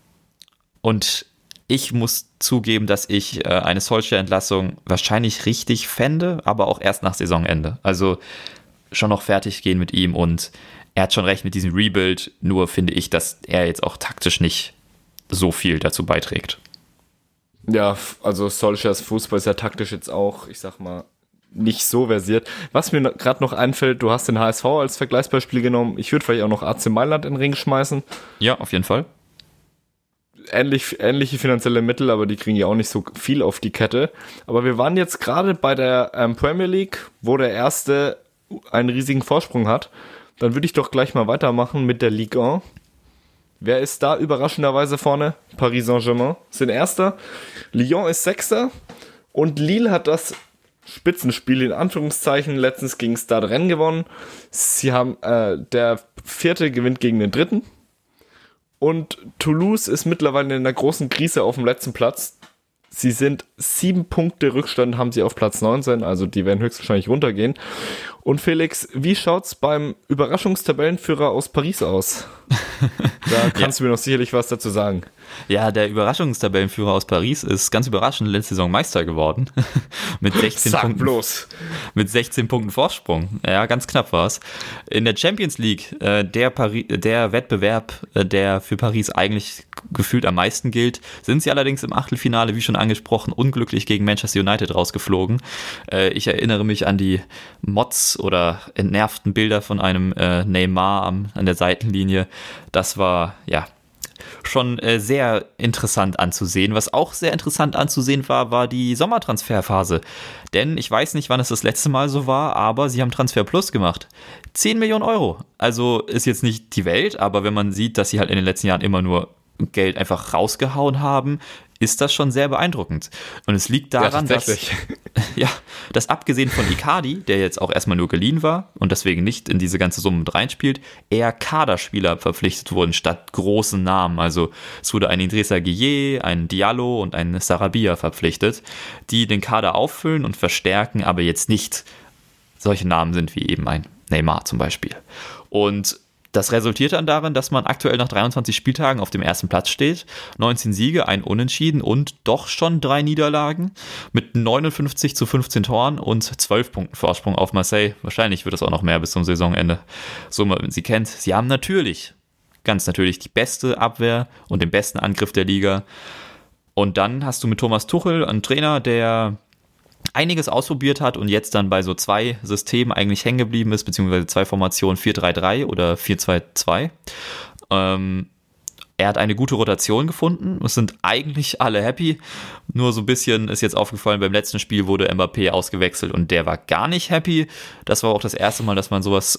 und ich muss zugeben, dass ich eine Solskjaer-Entlassung wahrscheinlich richtig fände, aber auch erst nach Saisonende. Also schon noch fertig gehen mit ihm, und er hat schon recht mit diesem Rebuild, nur finde ich, dass er jetzt auch taktisch nicht so viel dazu beiträgt. Ja, also Solskjaers Fußball ist ja taktisch jetzt auch, ich sag mal, nicht so versiert. Was mir gerade noch einfällt, du hast den HSV als Vergleichsbeispiel genommen. Ich würde vielleicht auch noch AC Mailand in den Ring schmeißen. Ja, auf jeden Fall. Ähnliche finanzielle Mittel, aber die kriegen ja auch nicht so viel auf die Kette. Aber wir waren jetzt gerade bei der Premier League, wo der Erste einen riesigen Vorsprung hat. Dann würde ich doch gleich mal weitermachen mit der Ligue 1. Wer ist da überraschenderweise vorne? Paris Saint-Germain sind Erster. Lyon ist Sechster. Und Lille hat das Spitzenspiel in Anführungszeichen letztens gegen Stade Rennes gewonnen. Sie haben, der Vierte gewinnt gegen den Dritten. Und Toulouse ist mittlerweile in einer großen Krise auf dem letzten Platz. Sie sind 7 Punkte Rückstand, haben sie auf Platz 19, also die werden höchstwahrscheinlich runtergehen. Und Felix, wie schaut's beim Überraschungstabellenführer aus Paris aus? Da kannst du mir noch sicherlich was dazu sagen. Ja, der Überraschungstabellenführer aus Paris ist ganz überraschend letzte Saison Meister geworden. mit 16 Punkten. Bloß. Mit 16 Punkten Vorsprung. Ja, ganz knapp war es. In der Champions League, der Wettbewerb, der für Paris eigentlich gefühlt am meisten gilt, sind sie allerdings im Achtelfinale, wie schon angesprochen, unglücklich gegen Manchester United rausgeflogen. Ich erinnere mich an die Mods oder entnervten Bilder von einem Neymar an der Seitenlinie. Das war, ja, schon sehr interessant anzusehen. Was auch sehr interessant anzusehen war die Sommertransferphase. Denn ich weiß nicht, wann es das letzte Mal so war, aber sie haben Transfer Plus gemacht. 10 Millionen Euro. Also ist jetzt nicht die Welt, aber wenn man sieht, dass sie halt in den letzten Jahren immer nur Geld einfach rausgehauen haben, ist das schon sehr beeindruckend. Und es liegt daran, dass abgesehen von Icardi, der jetzt auch erstmal nur geliehen war und deswegen nicht in diese ganze Summe mit reinspielt, eher Kaderspieler verpflichtet wurden statt großen Namen. Also es wurde ein Idrissa Gueye, ein Diallo und ein Sarabia verpflichtet, die den Kader auffüllen und verstärken, aber jetzt nicht solche Namen sind wie eben ein Neymar zum Beispiel. Und das resultiert dann darin, dass man aktuell nach 23 Spieltagen auf dem ersten Platz steht. 19 Siege, ein Unentschieden und doch schon 3 Niederlagen mit 59 zu 15 Toren und 12 Punkten Vorsprung auf Marseille. Wahrscheinlich wird es auch noch mehr bis zum Saisonende. So, man sie kennt. Sie haben ganz natürlich die beste Abwehr und den besten Angriff der Liga. Und dann hast du mit Thomas Tuchel einen Trainer, der einiges ausprobiert hat und jetzt dann bei so 2 Systemen eigentlich hängen geblieben ist, beziehungsweise 2 Formationen, 4-3-3 oder 4-2-2. Er hat eine gute Rotation gefunden. Es sind eigentlich alle happy. Nur so ein bisschen ist jetzt aufgefallen, beim letzten Spiel wurde Mbappé ausgewechselt und der war gar nicht happy. Das war auch das erste Mal, dass man sowas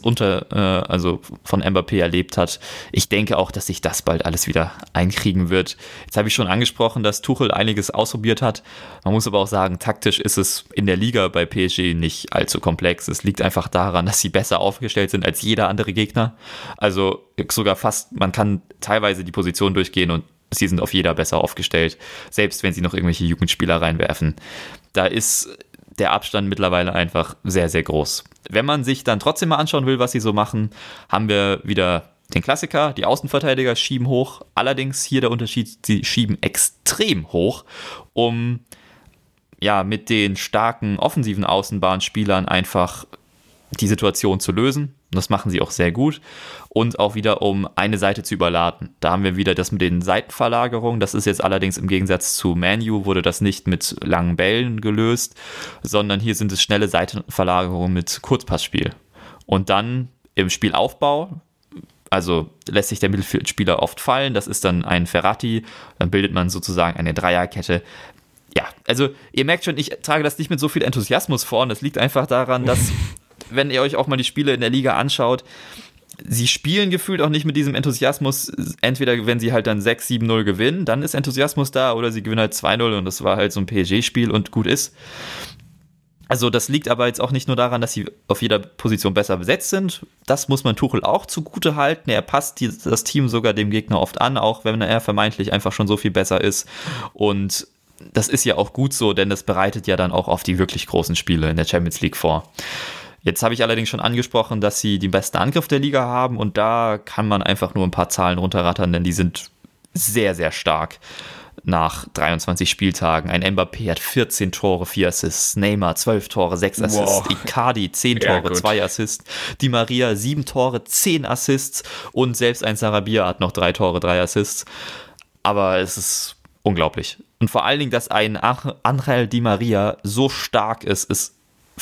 von Mbappé erlebt hat. Ich denke auch, dass sich das bald alles wieder einkriegen wird. Jetzt habe ich schon angesprochen, dass Tuchel einiges ausprobiert hat. Man muss aber auch sagen, taktisch ist es in der Liga bei PSG nicht allzu komplex. Es liegt einfach daran, dass sie besser aufgestellt sind als jeder andere Gegner. Also sogar fast, man kann teilweise die Position durchgehen und sie sind auf jeder besser aufgestellt, selbst wenn sie noch irgendwelche Jugendspieler reinwerfen. Da ist der Abstand mittlerweile einfach sehr, sehr groß. Wenn man sich dann trotzdem mal anschauen will, was sie so machen, haben wir wieder den Klassiker, die Außenverteidiger schieben hoch, allerdings hier der Unterschied, sie schieben extrem hoch, um ja mit den starken offensiven Außenbahnspielern einfach die Situation zu lösen. Und das machen sie auch sehr gut. Und auch wieder, um eine Seite zu überladen. Da haben wir wieder das mit den Seitenverlagerungen. Das ist jetzt allerdings im Gegensatz zu Man U, wurde das nicht mit langen Bällen gelöst, sondern hier sind es schnelle Seitenverlagerungen mit Kurzpassspiel. Und dann im Spielaufbau, also lässt sich der Mittelfeldspieler oft fallen. Das ist dann ein Verratti. Dann bildet man sozusagen eine Dreierkette. Ja, also ihr merkt schon, ich trage das nicht mit so viel Enthusiasmus vor. Und das liegt einfach daran, dass wenn ihr euch auch mal die Spiele in der Liga anschaut, sie spielen gefühlt auch nicht mit diesem Enthusiasmus. Entweder wenn sie halt dann 6-7-0 gewinnen, dann ist Enthusiasmus da, oder sie gewinnen halt 2-0 und das war halt so ein PSG-Spiel und gut ist. Also das liegt aber jetzt auch nicht nur daran, dass sie auf jeder Position besser besetzt sind. Das muss man Tuchel auch zugute halten. Er passt das Team sogar dem Gegner oft an, auch wenn er vermeintlich einfach schon so viel besser ist. Und das ist ja auch gut so, denn das bereitet ja dann auch auf die wirklich großen Spiele in der Champions League vor. Jetzt habe ich allerdings schon angesprochen, dass sie den besten Angriff der Liga haben und da kann man einfach nur ein paar Zahlen runterrattern, denn die sind sehr, sehr stark nach 23 Spieltagen. Ein Mbappé hat 14 Tore, 4 Assists, Neymar 12 Tore, 6 Assists, Icardi 10 Tore, 2 Assists, Di Maria 7 Tore, 10 Assists und selbst ein Sarabia hat noch 3 Tore, 3 Assists. Aber es ist unglaublich. Und vor allen Dingen, dass ein Angel Di Maria so stark ist,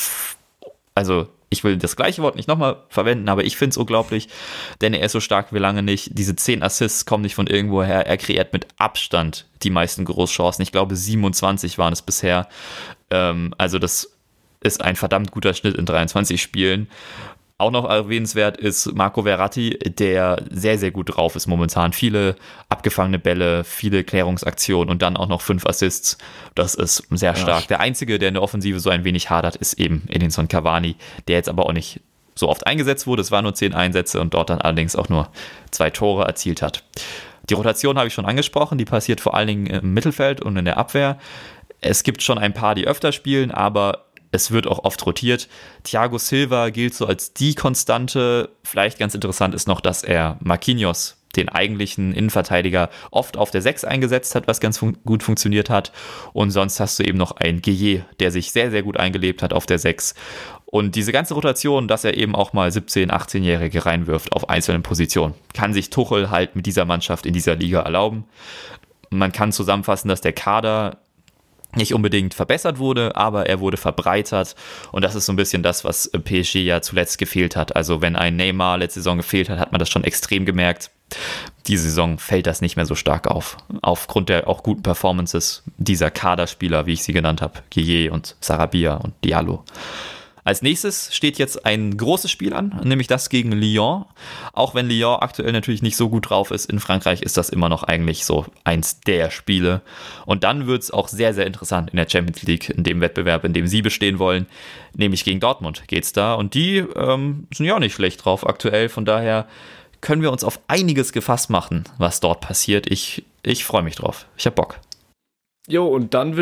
also ich will das gleiche Wort nicht nochmal verwenden, aber ich finde es unglaublich, denn er ist so stark wie lange nicht. Diese 10 Assists kommen nicht von irgendwoher. Er kreiert mit Abstand die meisten Großchancen. Ich glaube 27 waren es bisher. Also das ist ein verdammt guter Schnitt in 23 Spielen. Auch noch erwähnenswert ist Marco Verratti, der sehr, sehr gut drauf ist momentan. Viele abgefangene Bälle, viele Klärungsaktionen und dann auch noch 5 Assists. Das ist sehr stark. Der Einzige, der in der Offensive so ein wenig hadert, ist eben Edinson Cavani, der jetzt aber auch nicht so oft eingesetzt wurde. Es waren nur 10 Einsätze und dort dann allerdings auch nur 2 Tore erzielt hat. Die Rotation habe ich schon angesprochen, die passiert vor allen Dingen im Mittelfeld und in der Abwehr. Es gibt schon ein paar, die öfter spielen, aber es wird auch oft rotiert. Thiago Silva gilt so als die Konstante. Vielleicht ganz interessant ist noch, dass er Marquinhos, den eigentlichen Innenverteidiger, oft auf der 6 eingesetzt hat, was ganz gut funktioniert hat. Und sonst hast du eben noch einen Gueye, der sich sehr, sehr gut eingelebt hat auf der 6. Und diese ganze Rotation, dass er eben auch mal 17-, 18-Jährige reinwirft auf einzelnen Positionen, kann sich Tuchel halt mit dieser Mannschaft in dieser Liga erlauben. Man kann zusammenfassen, dass der Kader nicht unbedingt verbessert wurde, aber er wurde verbreitert und das ist so ein bisschen das, was PSG ja zuletzt gefehlt hat. Also wenn ein Neymar letzte Saison gefehlt hat, hat man das schon extrem gemerkt. Diese Saison fällt das nicht mehr so stark auf, aufgrund der auch guten Performances dieser Kaderspieler, wie ich sie genannt habe, Gueye und Sarabia und Diallo. Als nächstes steht jetzt ein großes Spiel an, nämlich das gegen Lyon. Auch wenn Lyon aktuell natürlich nicht so gut drauf ist, in Frankreich ist das immer noch eigentlich so eins der Spiele. Und dann wird es auch sehr, sehr interessant in der Champions League, in dem Wettbewerb, in dem sie bestehen wollen. Nämlich gegen Dortmund geht's da. Und die sind ja auch nicht schlecht drauf aktuell. Von daher können wir uns auf einiges gefasst machen, was dort passiert. Ich freue mich drauf. Ich habe Bock. Jo, und dann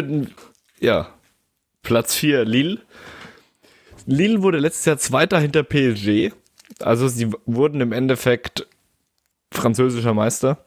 Platz 4 Lille. Lille wurde letztes Jahr Zweiter hinter PSG. Also sie wurden im Endeffekt französischer Meister.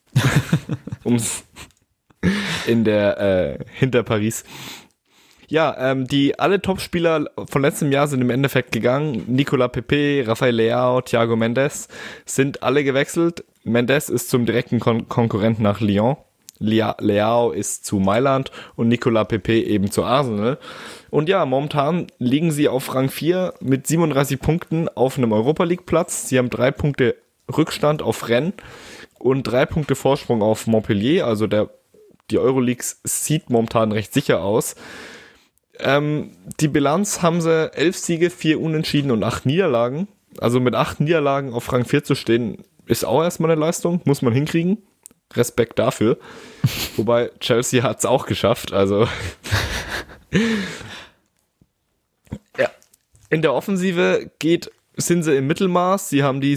Hinter Paris. Ja, alle Topspieler von letztem Jahr sind im Endeffekt gegangen. Nicolas Pepe, Rafael Leao, Thiago Mendes sind alle gewechselt. Mendes ist zum direkten Konkurrenten nach Lyon. Leao ist zu Mailand und Nicolas Pepe eben zu Arsenal. Und ja, momentan liegen sie auf Rang 4 mit 37 Punkten auf einem Europa-League-Platz. Sie haben 3 Punkte Rückstand auf Rennes und 3 Punkte Vorsprung auf Montpellier. Also die Euroleague sieht momentan recht sicher aus. Die Bilanz haben sie 11 Siege, 4 Unentschieden und 8 Niederlagen. Also mit 8 Niederlagen auf Rang 4 zu stehen, ist auch erstmal eine Leistung, muss man hinkriegen. Respekt dafür. Wobei Chelsea hat es auch geschafft, also ja. In der Offensive sind sie im Mittelmaß. Sie haben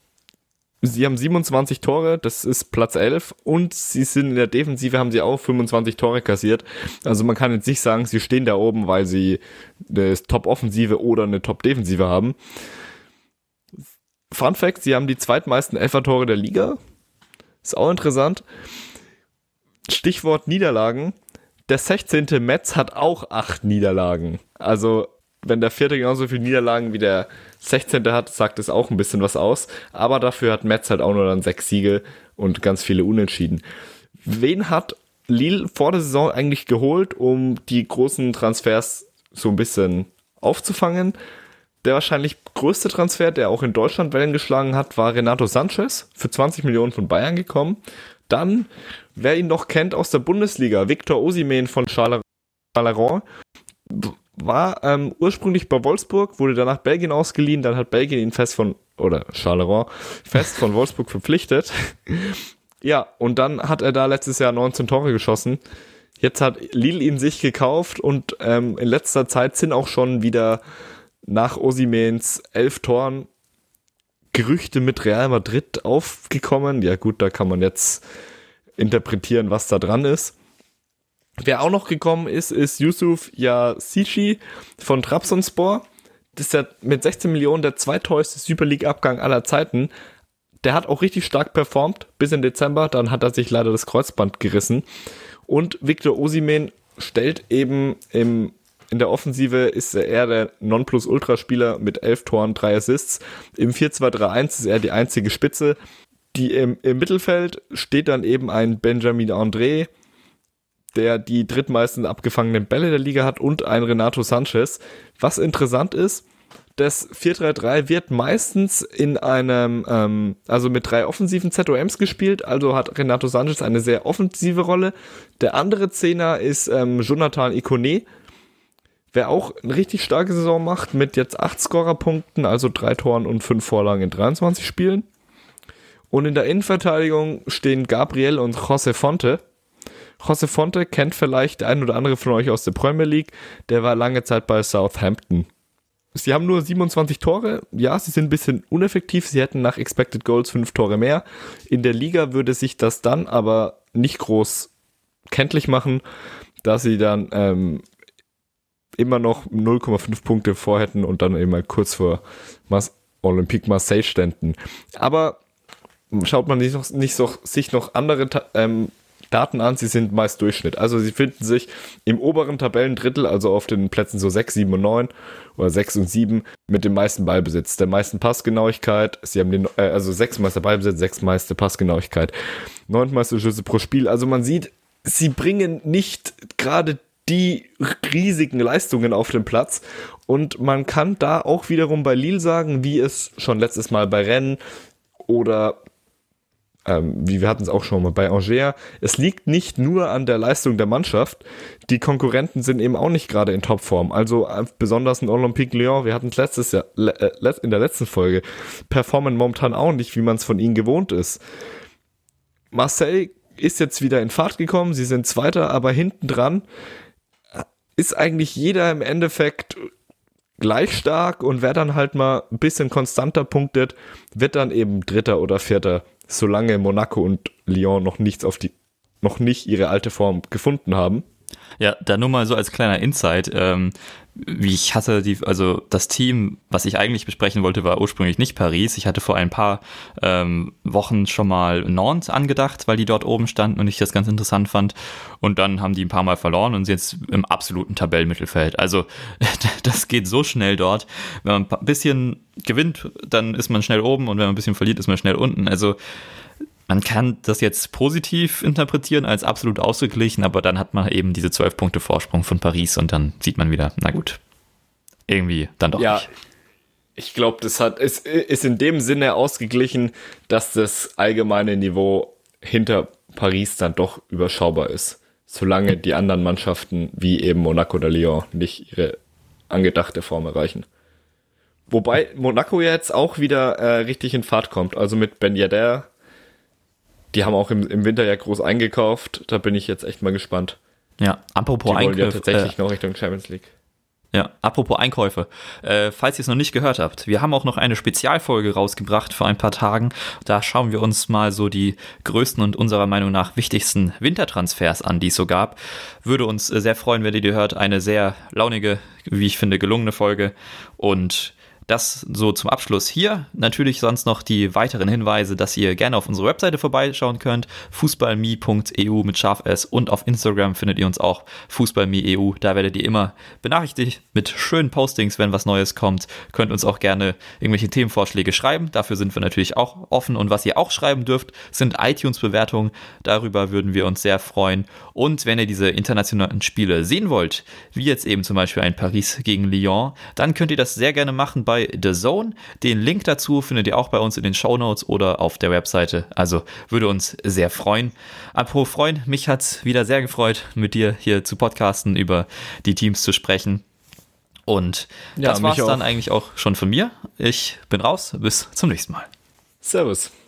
27 Tore, das ist Platz 11 und sie sind in der Defensive, haben sie auch 25 Tore kassiert. Also man kann jetzt nicht sagen, sie stehen da oben, weil sie eine Top-Offensive oder eine Top-Defensive haben. Fun Fact, sie haben die zweitmeisten Elfer-Tore der Liga. Ist auch interessant. Stichwort Niederlagen. Der 16. Metz hat auch 8 Niederlagen. Also, wenn der 4. genauso viele Niederlagen wie der 16. hat, sagt es auch ein bisschen was aus. Aber dafür hat Metz halt auch nur dann 6 Siege und ganz viele Unentschieden. Wen hat Lille vor der Saison eigentlich geholt, um die großen Transfers so ein bisschen aufzufangen? Der wahrscheinlich größte Transfer, der auch in Deutschland Wellen geschlagen hat, war Renato Sanchez, für 20 Millionen von Bayern gekommen. Dann, wer ihn noch kennt aus der Bundesliga, Victor Osimhen von Charleroi, war ursprünglich bei Wolfsburg, wurde dann nach Belgien ausgeliehen, dann hat Belgien ihn fest von Wolfsburg verpflichtet. Ja, und dann hat er da letztes Jahr 19 Tore geschossen. Jetzt hat Lille ihn sich gekauft und in letzter Zeit sind auch schon wieder nach Osimhens 11 Toren Gerüchte mit Real Madrid aufgekommen. Ja gut, da kann man jetzt interpretieren, was da dran ist. Wer auch noch gekommen ist Yusuf Yazici von Trabzonspor. Das ist ja mit 16 Millionen der zweiteuerste Super League-Abgang aller Zeiten. Der hat auch richtig stark performt bis in Dezember. Dann hat er sich leider das Kreuzband gerissen. Und Victor Osimhen stellt eben in der Offensive ist er eher der Nonplusultra-Spieler mit 11 Toren, 3 Assists. Im 4-2-3-1 ist er die einzige Spitze. Im Mittelfeld steht dann eben ein Benjamin André, der die drittmeisten abgefangenen Bälle der Liga hat, und ein Renato Sanchez. Was interessant ist, das 4-3-3 wird meistens in einem, also mit 3 offensiven ZOMs gespielt, also hat Renato Sanchez eine sehr offensive Rolle. Der andere Zehner ist Jonathan Ikoné, wer auch eine richtig starke Saison macht, mit jetzt 8 Scorerpunkten, also 3 Toren und 5 Vorlagen in 23 Spielen. Und in der Innenverteidigung stehen Gabriel und José Fonte. José Fonte kennt vielleicht der ein oder andere von euch aus der Premier League, der war lange Zeit bei Southampton. Sie haben nur 27 Tore, ja, sie sind ein bisschen uneffektiv, sie hätten nach Expected Goals 5 Tore mehr. In der Liga würde sich das dann aber nicht groß kenntlich machen, da sie dann immer noch 0,5 Punkte vor hätten und dann eben mal kurz vor Olympique Marseille ständen. Aber schaut man sich noch andere Daten an, sie sind meist Durchschnitt. Also sie finden sich im oberen Tabellendrittel, also auf den Plätzen so 6, 7 und 9 oder 6 und 7 mit dem meisten Ballbesitz, der meisten Passgenauigkeit. Sie haben also 6 meiste Ballbesitz, 6 meiste Passgenauigkeit, 9 meiste Schüsse pro Spiel. Also man sieht, sie bringen nicht gerade die riesigen Leistungen auf den Platz, und man kann da auch wiederum bei Lille sagen, wie es schon letztes Mal bei Rennes oder wie wir hatten es auch schon mal bei Angers, es liegt nicht nur an der Leistung der Mannschaft, die Konkurrenten sind eben auch nicht gerade in Topform, also besonders in Olympique Lyon, wir hatten es in der letzten Folge, performen momentan auch nicht, wie man es von ihnen gewohnt ist. Marseille ist jetzt wieder in Fahrt gekommen, sie sind Zweiter, aber hinten dran ist eigentlich jeder im Endeffekt gleich stark, und wer dann halt mal ein bisschen konstanter punktet, wird dann eben Dritter oder Vierter, solange Monaco und Lyon noch nicht ihre alte Form gefunden haben. Ja, da nur mal so als kleiner Insight, wie ich hatte also das Team, was ich eigentlich besprechen wollte, war ursprünglich nicht Paris. Ich hatte vor ein paar Wochen schon mal Nantes angedacht, weil die dort oben standen und ich das ganz interessant fand. Und dann haben die ein paar Mal verloren und sind jetzt im absoluten Tabellenmittelfeld. Also das geht so schnell dort. Wenn man ein bisschen gewinnt, dann ist man schnell oben, und wenn man ein bisschen verliert, ist man schnell unten. Also man kann das jetzt positiv interpretieren als absolut ausgeglichen, aber dann hat man eben diese 12 Punkte Vorsprung von Paris, und dann sieht man wieder, na gut, irgendwie dann doch nicht. Ich glaube, ist in dem Sinne ausgeglichen, dass das allgemeine Niveau hinter Paris dann doch überschaubar ist, solange die anderen Mannschaften wie eben Monaco oder Lyon nicht ihre angedachte Form erreichen. Wobei Monaco jetzt auch wieder richtig in Fahrt kommt, also mit Ben Yedder. Die haben auch im Winter ja groß eingekauft. Da bin ich jetzt echt mal gespannt. Ja, apropos Einkäufe. Die wollen ja tatsächlich noch Richtung Champions League. Ja, apropos Einkäufe. Falls ihr es noch nicht gehört habt, wir haben auch noch eine Spezialfolge rausgebracht vor ein paar Tagen. Da schauen wir uns mal so die größten und unserer Meinung nach wichtigsten Wintertransfers an, die es so gab. Würde uns sehr freuen, wenn ihr die hört. Eine sehr launige, wie ich finde, gelungene Folge. Und das so zum Abschluss hier. Natürlich sonst noch die weiteren Hinweise, dass ihr gerne auf unsere Webseite vorbeischauen könnt. fußballme.eu mit ß, und auf Instagram findet ihr uns auch fußballme.eu. Da werdet ihr immer benachrichtigt mit schönen Postings, wenn was Neues kommt. Könnt uns auch gerne irgendwelche Themenvorschläge schreiben. Dafür sind wir natürlich auch offen. Und was ihr auch schreiben dürft, sind iTunes-Bewertungen. Darüber würden wir uns sehr freuen. Und wenn ihr diese internationalen Spiele sehen wollt, wie jetzt eben zum Beispiel ein Paris gegen Lyon, dann könnt ihr das sehr gerne machen bei The Zone. Den Link dazu findet ihr auch bei uns in den Shownotes oder auf der Webseite. Also würde uns sehr freuen. Apropos freuen, mich hat es wieder sehr gefreut, mit dir hier zu podcasten, über die Teams zu sprechen. Und das war es dann eigentlich auch schon von mir. Ich bin raus. Bis zum nächsten Mal. Servus.